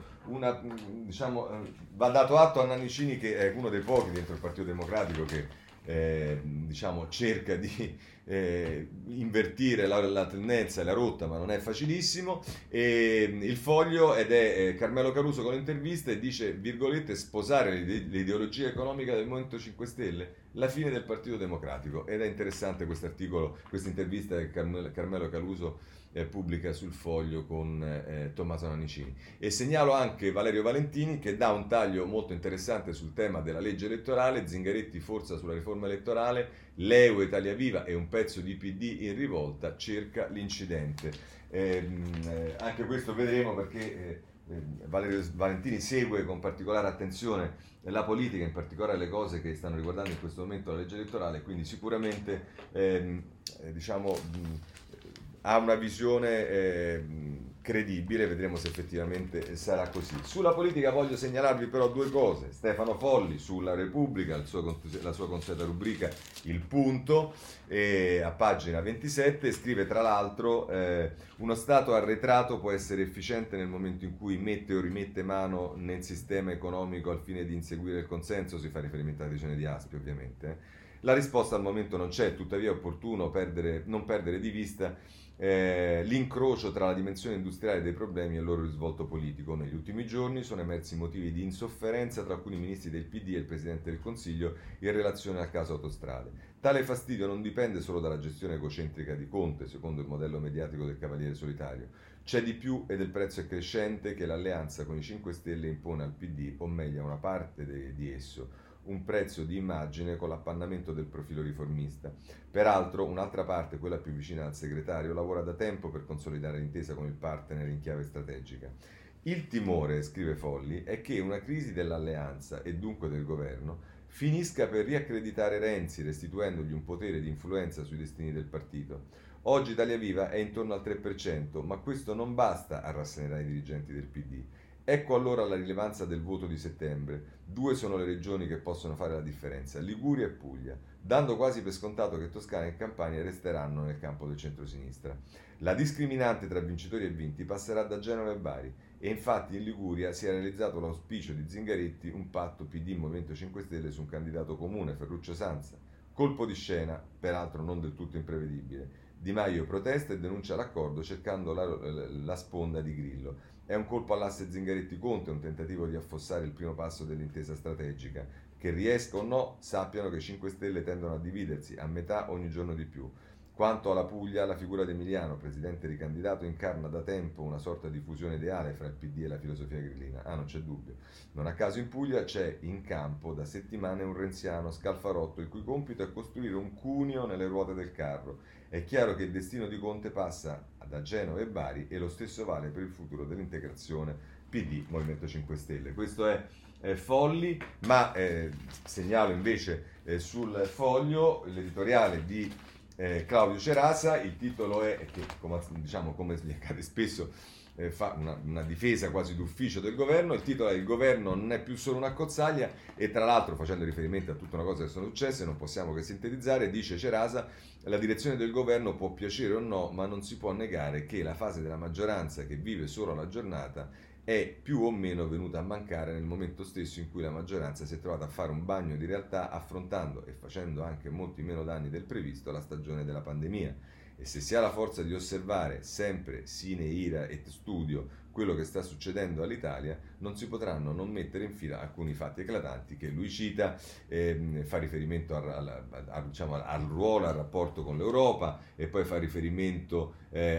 va dato atto a Nannicini, che è uno dei pochi dentro il Partito Democratico che cerca di invertire la tendenza e la rotta, ma non è facilissimo. Il Foglio, ed è Carmelo Caruso con l'intervista, e dice, virgolette, sposare l'ideologia economica del Movimento 5 Stelle, la fine del Partito Democratico. Ed è interessante questo articolo, questa intervista che Carmelo Caruso pubblica sul Foglio con Tommaso Nannicini. E segnalo anche Valerio Valentini che dà un taglio molto interessante sul tema della legge elettorale, Zingaretti forza sulla riforma elettorale, l'EU, Italia Viva e un pezzo di PD in rivolta, cerca l'incidente. Anche questo vedremo, perché Valerio Valentini segue con particolare attenzione la politica, in particolare le cose che stanno riguardando in questo momento la legge elettorale, quindi sicuramente ha una visione credibile, vedremo se effettivamente sarà così. Sulla politica voglio segnalarvi però due cose. Stefano Folli sulla Repubblica, la sua consueta rubrica Il Punto, a pagina 27, scrive tra l'altro uno Stato arretrato può essere efficiente nel momento in cui mette o rimette mano nel sistema economico al fine di inseguire il consenso, si fa riferimento alla decisione di Aspi ovviamente. La risposta al momento non c'è, tuttavia è opportuno non perdere di vista l'incrocio tra la dimensione industriale dei problemi e il loro risvolto politico. Negli ultimi giorni sono emersi motivi di insofferenza tra alcuni ministri del PD e il Presidente del Consiglio in relazione al caso autostrade. Tale fastidio non dipende solo dalla gestione egocentrica di Conte, secondo il modello mediatico del Cavaliere Solitario. C'è di più ed il prezzo è crescente che l'alleanza con i 5 Stelle impone al PD, o meglio a una parte di esso, un prezzo di immagine con l'appannamento del profilo riformista. Peraltro, un'altra parte, quella più vicina al segretario, lavora da tempo per consolidare l'intesa con il partner in chiave strategica. Il timore, scrive Folli, è che una crisi dell'alleanza e dunque del governo finisca per riaccreditare Renzi, restituendogli un potere di influenza sui destini del partito. Oggi Italia Viva è intorno al 3%, ma questo non basta a rasserenare i dirigenti del PD. Ecco allora la rilevanza del voto di settembre. Due sono le regioni che possono fare la differenza, Liguria e Puglia, dando quasi per scontato che Toscana e Campania resteranno nel campo del centrosinistra. La discriminante tra vincitori e vinti passerà da Genova e Bari, e infatti in Liguria si è realizzato l'auspicio di Zingaretti, un patto PD-Movimento 5 Stelle su un candidato comune, Ferruccio Sanza. Colpo di scena, peraltro non del tutto imprevedibile. Di Maio protesta e denuncia l'accordo cercando la sponda di Grillo. È un colpo all'asse Zingaretti-Conte, un tentativo di affossare il primo passo dell'intesa strategica. Che riesca o no, sappiano che i 5 Stelle tendono a dividersi a metà ogni giorno di più. Quanto alla Puglia, la figura di Emiliano, presidente ricandidato, incarna da tempo una sorta di fusione ideale fra il PD e la filosofia grillina. Non c'è dubbio. Non a caso in Puglia c'è in campo da settimane un renziano Scalfarotto, il cui compito è costruire un cuneo nelle ruote del carro. È chiaro che il destino di Conte passa da Genova e Bari, e lo stesso vale per il futuro dell'integrazione PD-Movimento 5 Stelle. Questo è Folli, ma segnalo invece sul Foglio l'editoriale di Claudio Cerasa. Il titolo è, che come gli accade spesso, fa una difesa quasi d'ufficio del governo. Il titolo è "Il governo non è più solo una cozzaglia", e tra l'altro, facendo riferimento a tutta una cosa che sono successe, non possiamo che sintetizzare, dice Cerasa: la direzione del governo può piacere o no, ma non si può negare che la fase della maggioranza che vive solo la giornata è più o meno venuta a mancare nel momento stesso in cui la maggioranza si è trovata a fare un bagno di realtà, affrontando e facendo anche molti meno danni del previsto la stagione della pandemia. E se si ha la forza di osservare sempre sine ira et studio quello che sta succedendo all'Italia, non si potranno non mettere in fila alcuni fatti eclatanti che lui cita, fa riferimento diciamo, al ruolo, al rapporto con l'Europa, e poi fa riferimento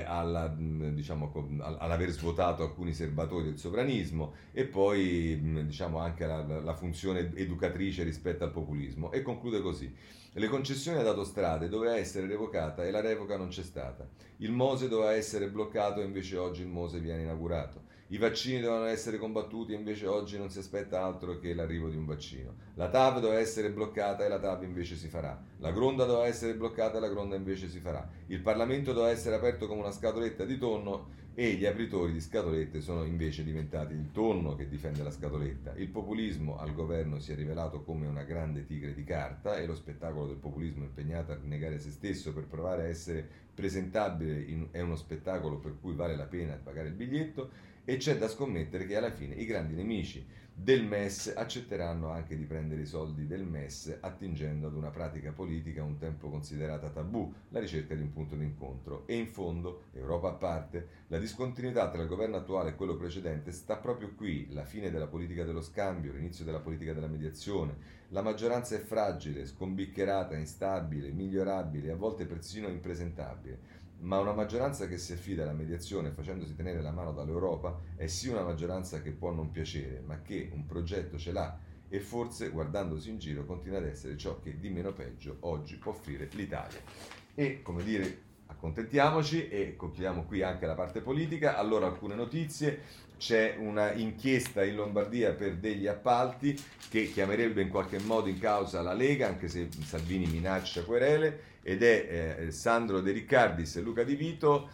diciamo, all'aver svuotato alcuni serbatoi del sovranismo, e poi diciamo anche la funzione educatrice rispetto al populismo, e conclude così: le concessioni ad autostrade doveva essere revocata e la revoca non c'è stata. Il Mose doveva essere bloccato e invece oggi il Mose viene inaugurato. I vaccini dovevano essere combattuti e invece oggi non si aspetta altro che l'arrivo di un vaccino. La TAV doveva essere bloccata e la TAV invece si farà. La Gronda doveva essere bloccata e la Gronda invece si farà. Il Parlamento doveva essere aperto come una scatoletta di tonno e gli apritori di scatolette sono invece diventati il tonno che difende la scatoletta. Il populismo al governo si è rivelato come una grande tigre di carta, e lo spettacolo del populismo impegnato a rinnegare se stesso per provare a essere presentabile è uno spettacolo per cui vale la pena pagare il biglietto, e c'è da scommettere che alla fine i grandi nemici del MES accetteranno anche di prendere i soldi del MES attingendo ad una pratica politica un tempo considerata tabù, la ricerca di un punto d'incontro. E in fondo, Europa a parte, la discontinuità tra il governo attuale e quello precedente sta proprio qui: la fine della politica dello scambio, l'inizio della politica della mediazione. La maggioranza è fragile, scombiccherata, instabile, migliorabile, a volte persino impresentabile. Ma una maggioranza che si affida alla mediazione facendosi tenere la mano dall'Europa è sì una maggioranza che può non piacere, ma che un progetto ce l'ha, e forse, guardandosi in giro, continua ad essere ciò che di meno peggio oggi può offrire l'Italia. E, come dire, accontentiamoci e concludiamo qui anche la parte politica. Allora, alcune notizie: c'è una inchiesta in Lombardia per degli appalti che chiamerebbe in qualche modo in causa la Lega, anche se Salvini minaccia querele, ed è Sandro De Riccardis e Luca Di Vito.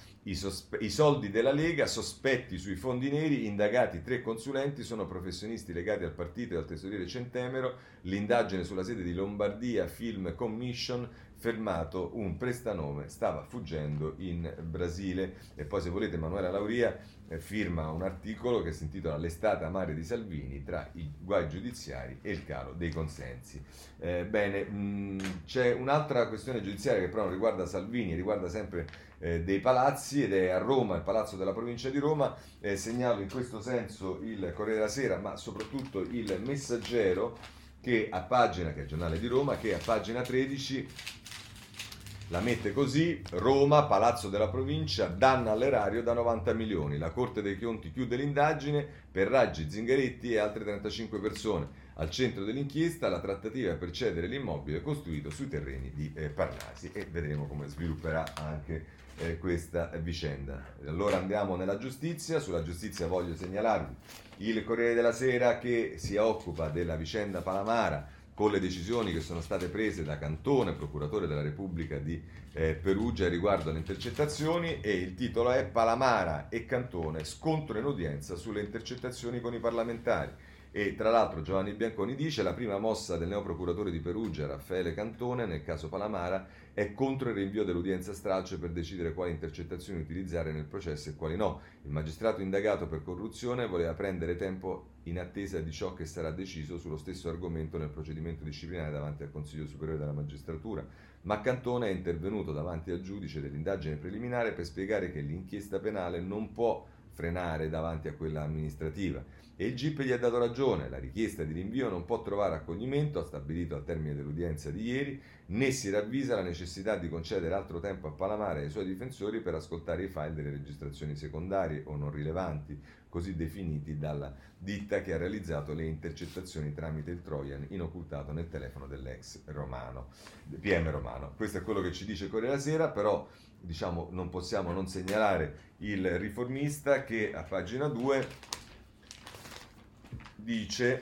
I soldi della Lega, sospetti sui fondi neri, indagati 3 consulenti, sono professionisti legati al partito e al tesoriere Centemero. L'indagine sulla sede di Lombardia Film Commission, fermato un prestanome, stava fuggendo in Brasile. E poi, se volete, Manuela Lauria firma un articolo che si intitola L'estate amare di Salvini, tra i guai giudiziari e il calo dei consensi. C'è un'altra questione giudiziaria che però non riguarda Salvini, riguarda sempre dei palazzi, ed è a Roma, il Palazzo della Provincia di Roma. Segnalo in questo senso il Corriere della Sera, ma soprattutto il Messaggero, che è il giornale di Roma, che a pagina 13 la mette così: Roma, Palazzo della Provincia, danno all'erario da 90 milioni. La Corte dei Conti chiude l'indagine per Raggi, Zingaretti e altre 35 persone. Al centro dell'inchiesta la trattativa per cedere l'immobile costruito sui terreni di Parnasi, e vedremo come svilupperà anche questa vicenda. Allora andiamo nella giustizia. Sulla giustizia voglio segnalarvi il Corriere della Sera, che si occupa della vicenda Palamara, con le decisioni che sono state prese da Cantone, procuratore della Repubblica di Perugia, riguardo alle intercettazioni, e il titolo è: Palamara e Cantone, scontro in udienza sulle intercettazioni con i parlamentari. E tra l'altro Giovanni Bianconi dice: la prima mossa del neoprocuratore di Perugia, Raffaele Cantone, nel caso Palamara, è contro il rinvio dell'udienza stralcio per decidere quali intercettazioni utilizzare nel processo e quali no. Il magistrato indagato per corruzione voleva prendere tempo in attesa di ciò che sarà deciso sullo stesso argomento nel procedimento disciplinare davanti al Consiglio Superiore della Magistratura, ma Cantone è intervenuto davanti al giudice dell'indagine preliminare per spiegare che l'inchiesta penale non può frenare davanti a quella amministrativa, e il GIP gli ha dato ragione. La richiesta di rinvio non può trovare accoglimento, ha stabilito al termine dell'udienza di ieri, né si ravvisa la necessità di concedere altro tempo a Palamara e ai suoi difensori per ascoltare i file delle registrazioni secondarie o non rilevanti, così definiti dalla ditta che ha realizzato le intercettazioni tramite il Trojan inoccultato nel telefono dell'ex PM Romano. Questo è quello che ci dice Corriere della Sera, però diciamo non possiamo non segnalare il Riformista, che a pagina 2 dice: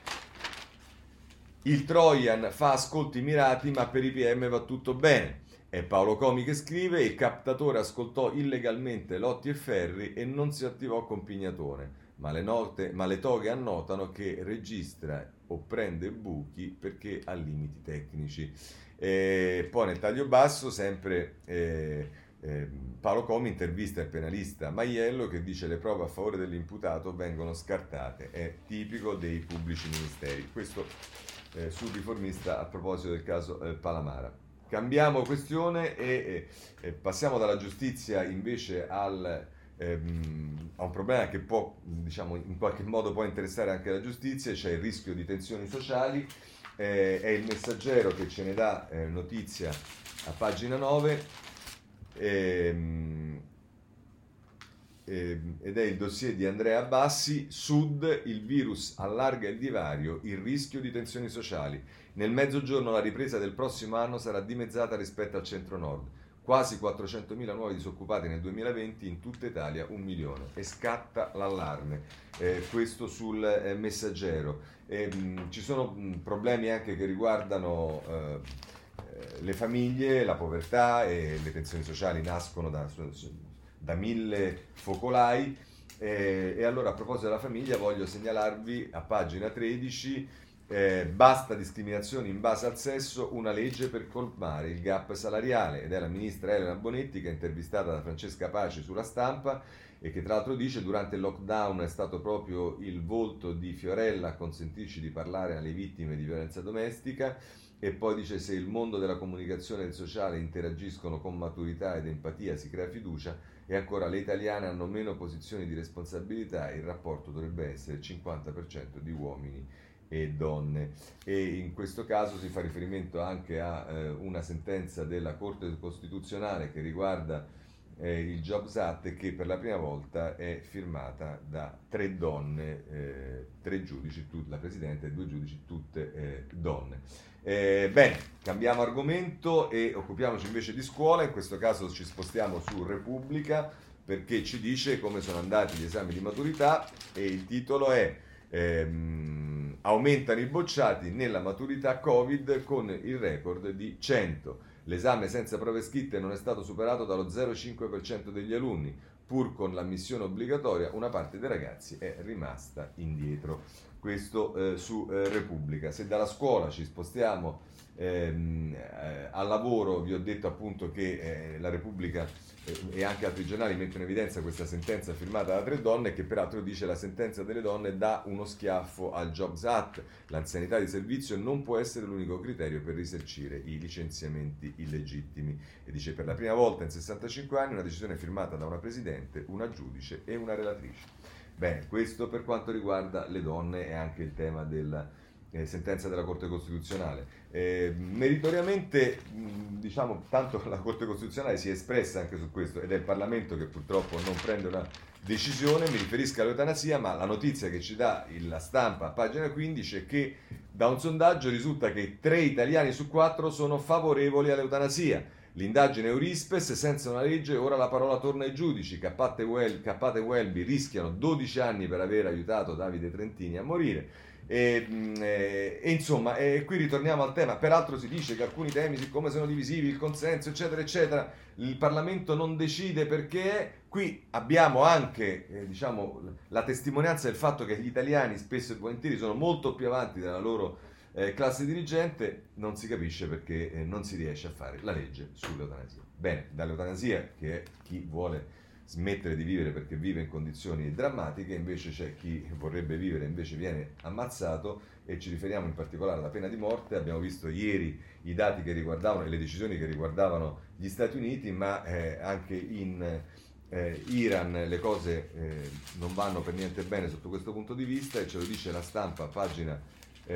il Trojan fa ascolti mirati, ma per i PM va tutto bene. È Paolo Comi che scrive: il captatore ascoltò illegalmente Lotti e Ferri e non si attivò con Pignatone, ma le toghe annotano che registra o prende buchi perché ha limiti tecnici. Poi nel taglio basso sempre Paolo Comi intervista il penalista Maiello, che dice: le prove a favore dell'imputato vengono scartate, è tipico dei pubblici ministeri. Questo sul Riformista a proposito del caso Palamara. Cambiamo questione e passiamo dalla giustizia invece al ha un problema che può, diciamo, in qualche modo può interessare anche la giustizia, c'è il rischio di tensioni sociali, è il Messaggero che ce ne dà notizia a pagina 9, ed è il dossier di Andrea Bassi. Sud, il virus allarga il divario, il rischio di tensioni sociali. Nel mezzogiorno la ripresa del prossimo anno sarà dimezzata rispetto al centro-nord. Quasi 400.000 nuovi disoccupati nel 2020, in tutta Italia 1 milione. E scatta l'allarme. Questo sul Messaggero. Ci sono problemi anche che riguardano le famiglie, la povertà e le tensioni sociali nascono da 1000 focolai. E allora, a proposito della famiglia, voglio segnalarvi a pagina 13: basta discriminazioni in base al sesso, una legge per colmare il gap salariale. Ed è la ministra Elena Bonetti, che è intervistata da Francesca Paci sulla Stampa, e che tra l'altro dice: durante il lockdown è stato proprio il volto di Fiorella a consentirci di parlare alle vittime di violenza domestica. E poi dice: se il mondo della comunicazione e del sociale interagiscono con maturità ed empatia si crea fiducia. E ancora, le italiane hanno meno posizioni di responsabilità e il rapporto dovrebbe essere 50% di uomini e donne. E in questo caso si fa riferimento anche a una sentenza della Corte Costituzionale che riguarda il Jobs Act, che per la prima volta è firmata da 3 donne, 3 giudici, la Presidente e 2 giudici, tutte donne. Bene, cambiamo argomento e occupiamoci invece di scuola. In questo caso ci spostiamo su Repubblica, perché ci dice come sono andati gli esami di maturità, e il titolo è aumentano i bocciati nella maturità Covid con il record di 100. L'esame senza prove scritte non è stato superato dallo 0,5% degli alunni. Pur con l'ammissione obbligatoria, una parte dei ragazzi è rimasta indietro. Questo su Repubblica. Se dalla scuola ci spostiamo al lavoro, vi ho detto appunto che la Repubblica e anche altri giornali mettono in evidenza questa sentenza firmata da 3 donne, che peraltro dice: la sentenza delle donne dà uno schiaffo al Jobs Act, l'anzianità di servizio non può essere l'unico criterio per risarcire i licenziamenti illegittimi. E dice: per la prima volta in 65 anni una decisione firmata da una presidente, una giudice e una relatrice. Bene, questo per quanto riguarda le donne e anche il tema della sentenza della Corte Costituzionale. Meritoriamente, diciamo, tanto la Corte Costituzionale si è espressa anche su questo, ed è il Parlamento che purtroppo non prende una decisione. Mi riferisco all'eutanasia, ma la notizia che ci dà la Stampa a pagina 15 è che da un sondaggio risulta che 3 italiani su 4 sono favorevoli all'eutanasia. L'indagine Eurispes: senza una legge ora la parola torna ai giudici. Cappate e Welby rischiano 12 anni per aver aiutato Davide Trentini a morire. Insomma, qui ritorniamo al tema. Peraltro si dice che alcuni temi, siccome sono divisivi, il consenso eccetera eccetera, il Parlamento non decide perché. Qui abbiamo anche diciamo, la testimonianza del fatto che gli italiani spesso e volentieri sono molto più avanti della loro classe dirigente. Non si capisce perché non si riesce a fare la legge sull'eutanasia. Bene, dall'eutanasia, che è chi vuole smettere di vivere perché vive in condizioni drammatiche, invece c'è chi vorrebbe vivere, invece viene ammazzato, e ci riferiamo in particolare alla pena di morte. Abbiamo visto ieri i dati che riguardavano e le decisioni che riguardavano gli Stati Uniti, ma anche in Iran le cose non vanno per niente bene sotto questo punto di vista, e ce lo dice la Stampa, pagina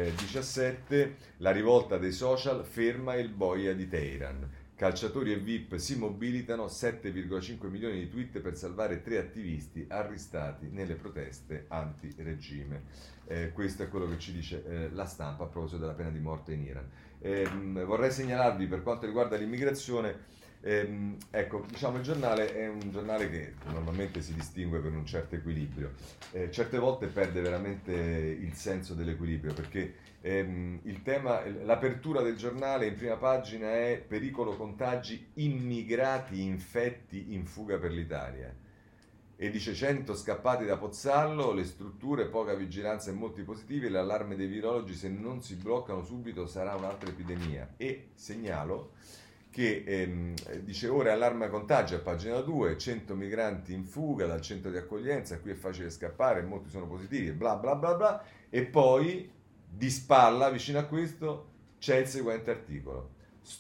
17, la rivolta dei social ferma il boia di Teheran. Calciatori e VIP si mobilitano, 7,5 milioni di tweet per salvare 3 attivisti arrestati nelle proteste anti-regime. Questo è quello che ci dice la Stampa a proposito della pena di morte in Iran. Vorrei segnalarvi, per quanto riguarda l'immigrazione, ecco, diciamo, il giornale è un giornale che normalmente si distingue per un certo equilibrio. Certe volte perde veramente il senso dell'equilibrio, perché il tema, l'apertura del giornale in prima pagina è: pericolo contagi, immigrati infetti in fuga per l'Italia. E dice: 100 scappati da Pozzallo, le strutture, poca vigilanza e molti positivi, l'allarme dei virologi: se non si bloccano subito sarà un'altra epidemia. E segnalo che dice: ora allarme contagi a pagina 2, 100 migranti in fuga dal centro di accoglienza, qui è facile scappare, molti sono positivi, bla bla bla bla. E poi di spalla, vicino a questo, c'è il seguente articolo: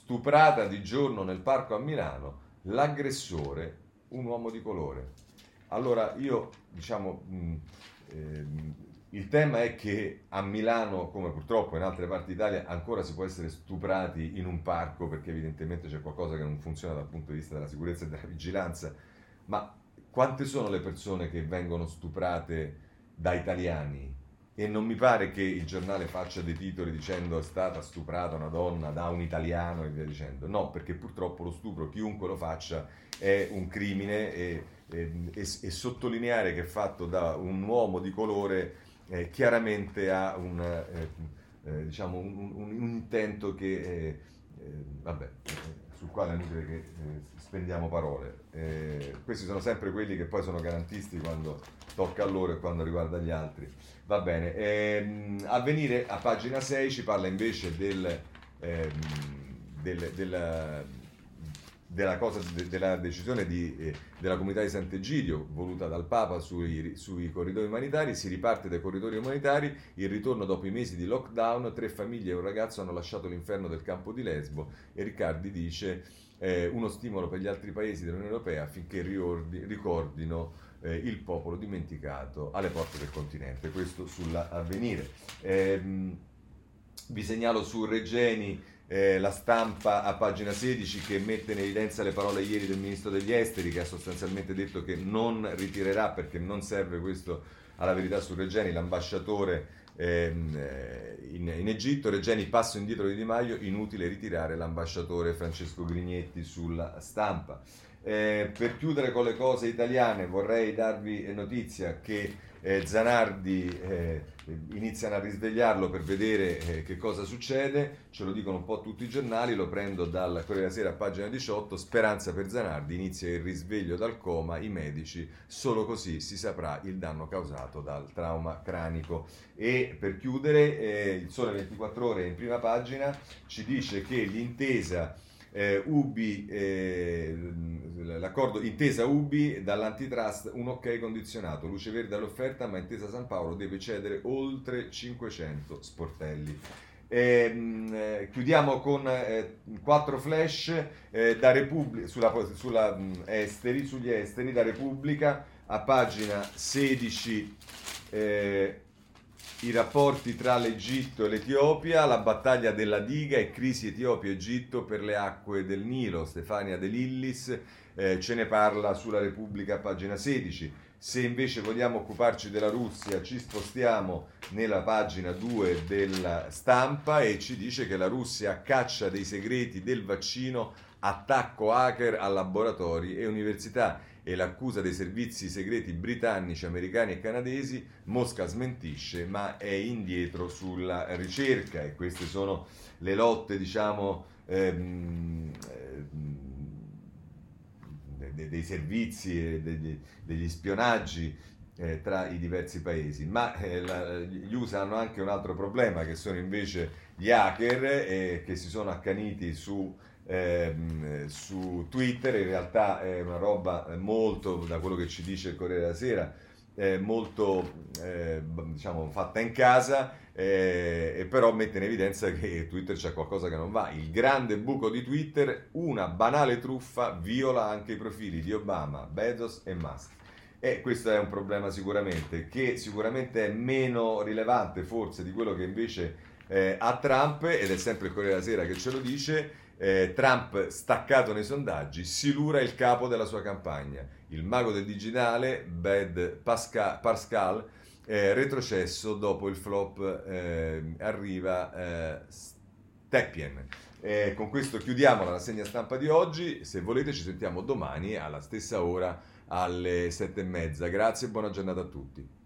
stuprata di giorno nel parco a Milano, l'aggressore un uomo di colore. Allora, io diciamo, il tema è che a Milano, come purtroppo in altre parti d'Italia, ancora si può essere stuprati in un parco perché evidentemente c'è qualcosa che non funziona dal punto di vista della sicurezza e della vigilanza. Ma quante sono le persone che vengono stuprate da italiani? E non mi pare che il giornale faccia dei titoli dicendo è stata stuprata una donna da un italiano e via dicendo. No, perché purtroppo lo stupro, chiunque lo faccia, è un crimine e sottolineare che è fatto da un uomo di colore chiaramente ha diciamo un intento che, vabbè, sul quale è inutile che spendiamo parole. Questi sono sempre quelli che poi sono garantisti quando tocca a loro e quando riguarda gli altri. Va bene, Avvenire a pagina 6 ci parla invece ehm, della della decisione della comunità di Sant'Egidio voluta dal Papa sui corridoi umanitari. Si riparte dai corridoi umanitari, il ritorno dopo i mesi di lockdown, 3 famiglie e un ragazzo hanno lasciato l'inferno del campo di Lesbo e Riccardi dice uno stimolo per gli altri paesi dell'Unione Europea affinché ricordino il popolo dimenticato alle porte del continente. Questo sull'Avvenire. Vi segnalo su Regeni la Stampa a pagina 16 che mette in evidenza le parole ieri del ministro degli esteri, che ha sostanzialmente detto che non ritirerà, perché non serve questo alla verità su Regeni, l'ambasciatore in Egitto. Regeni, passo indietro di Di Maio, inutile ritirare l'ambasciatore. Francesco Grignetti sulla Stampa. Per chiudere con le cose italiane vorrei darvi notizia che Zanardi iniziano a risvegliarlo per vedere che cosa succede, ce lo dicono un po' tutti i giornali, lo prendo dal Corriere della Sera a pagina 18, speranza per Zanardi, inizia il risveglio dal coma, i medici, solo così si saprà il danno causato dal trauma cranico. E per chiudere il Sole 24 Ore in prima pagina ci dice che l'intesa Ubi, l'accordo intesa Ubi dall'antitrust, un ok condizionato, luce verde all'offerta, ma intesa San Paolo deve cedere oltre 500 sportelli. Chiudiamo con 4 flash da sugli esteri da Repubblica a pagina 16. I rapporti tra l'Egitto e l'Etiopia, la battaglia della diga e crisi Etiopia-Egitto per le acque del Nilo. Stefania De Lillis ce ne parla sulla Repubblica, pagina 16. Se invece vogliamo occuparci della Russia, ci spostiamo nella pagina 2 della Stampa e ci dice che la Russia caccia dei segreti del vaccino, attacco hacker a laboratori e università e l'accusa dei servizi segreti britannici, americani e canadesi. Mosca smentisce ma è indietro sulla ricerca, e queste sono le lotte, diciamo, dei servizi e degli spionaggi tra i diversi paesi. Ma gli USA hanno anche un altro problema, che sono invece gli hacker che si sono accaniti su Twitter. In realtà è una roba molto, da quello che ci dice il Corriere della Sera, molto diciamo fatta in casa, e però mette in evidenza che Twitter c'è qualcosa che non va. Il grande buco di Twitter: una banale truffa viola anche i profili di Obama, Bezos e Musk. E questo è un problema sicuramente, che sicuramente è meno rilevante forse di quello che invece ha Trump, ed è sempre il Corriere della Sera che ce lo dice. Trump staccato nei sondaggi, si lura il capo della sua campagna. Il mago del digitale, Bed Pascal, retrocesso dopo il flop, arriva Stepien. Con questo chiudiamo la rassegna stampa di oggi. Se volete ci sentiamo domani alla stessa ora alle 7:30. Grazie e buona giornata a tutti.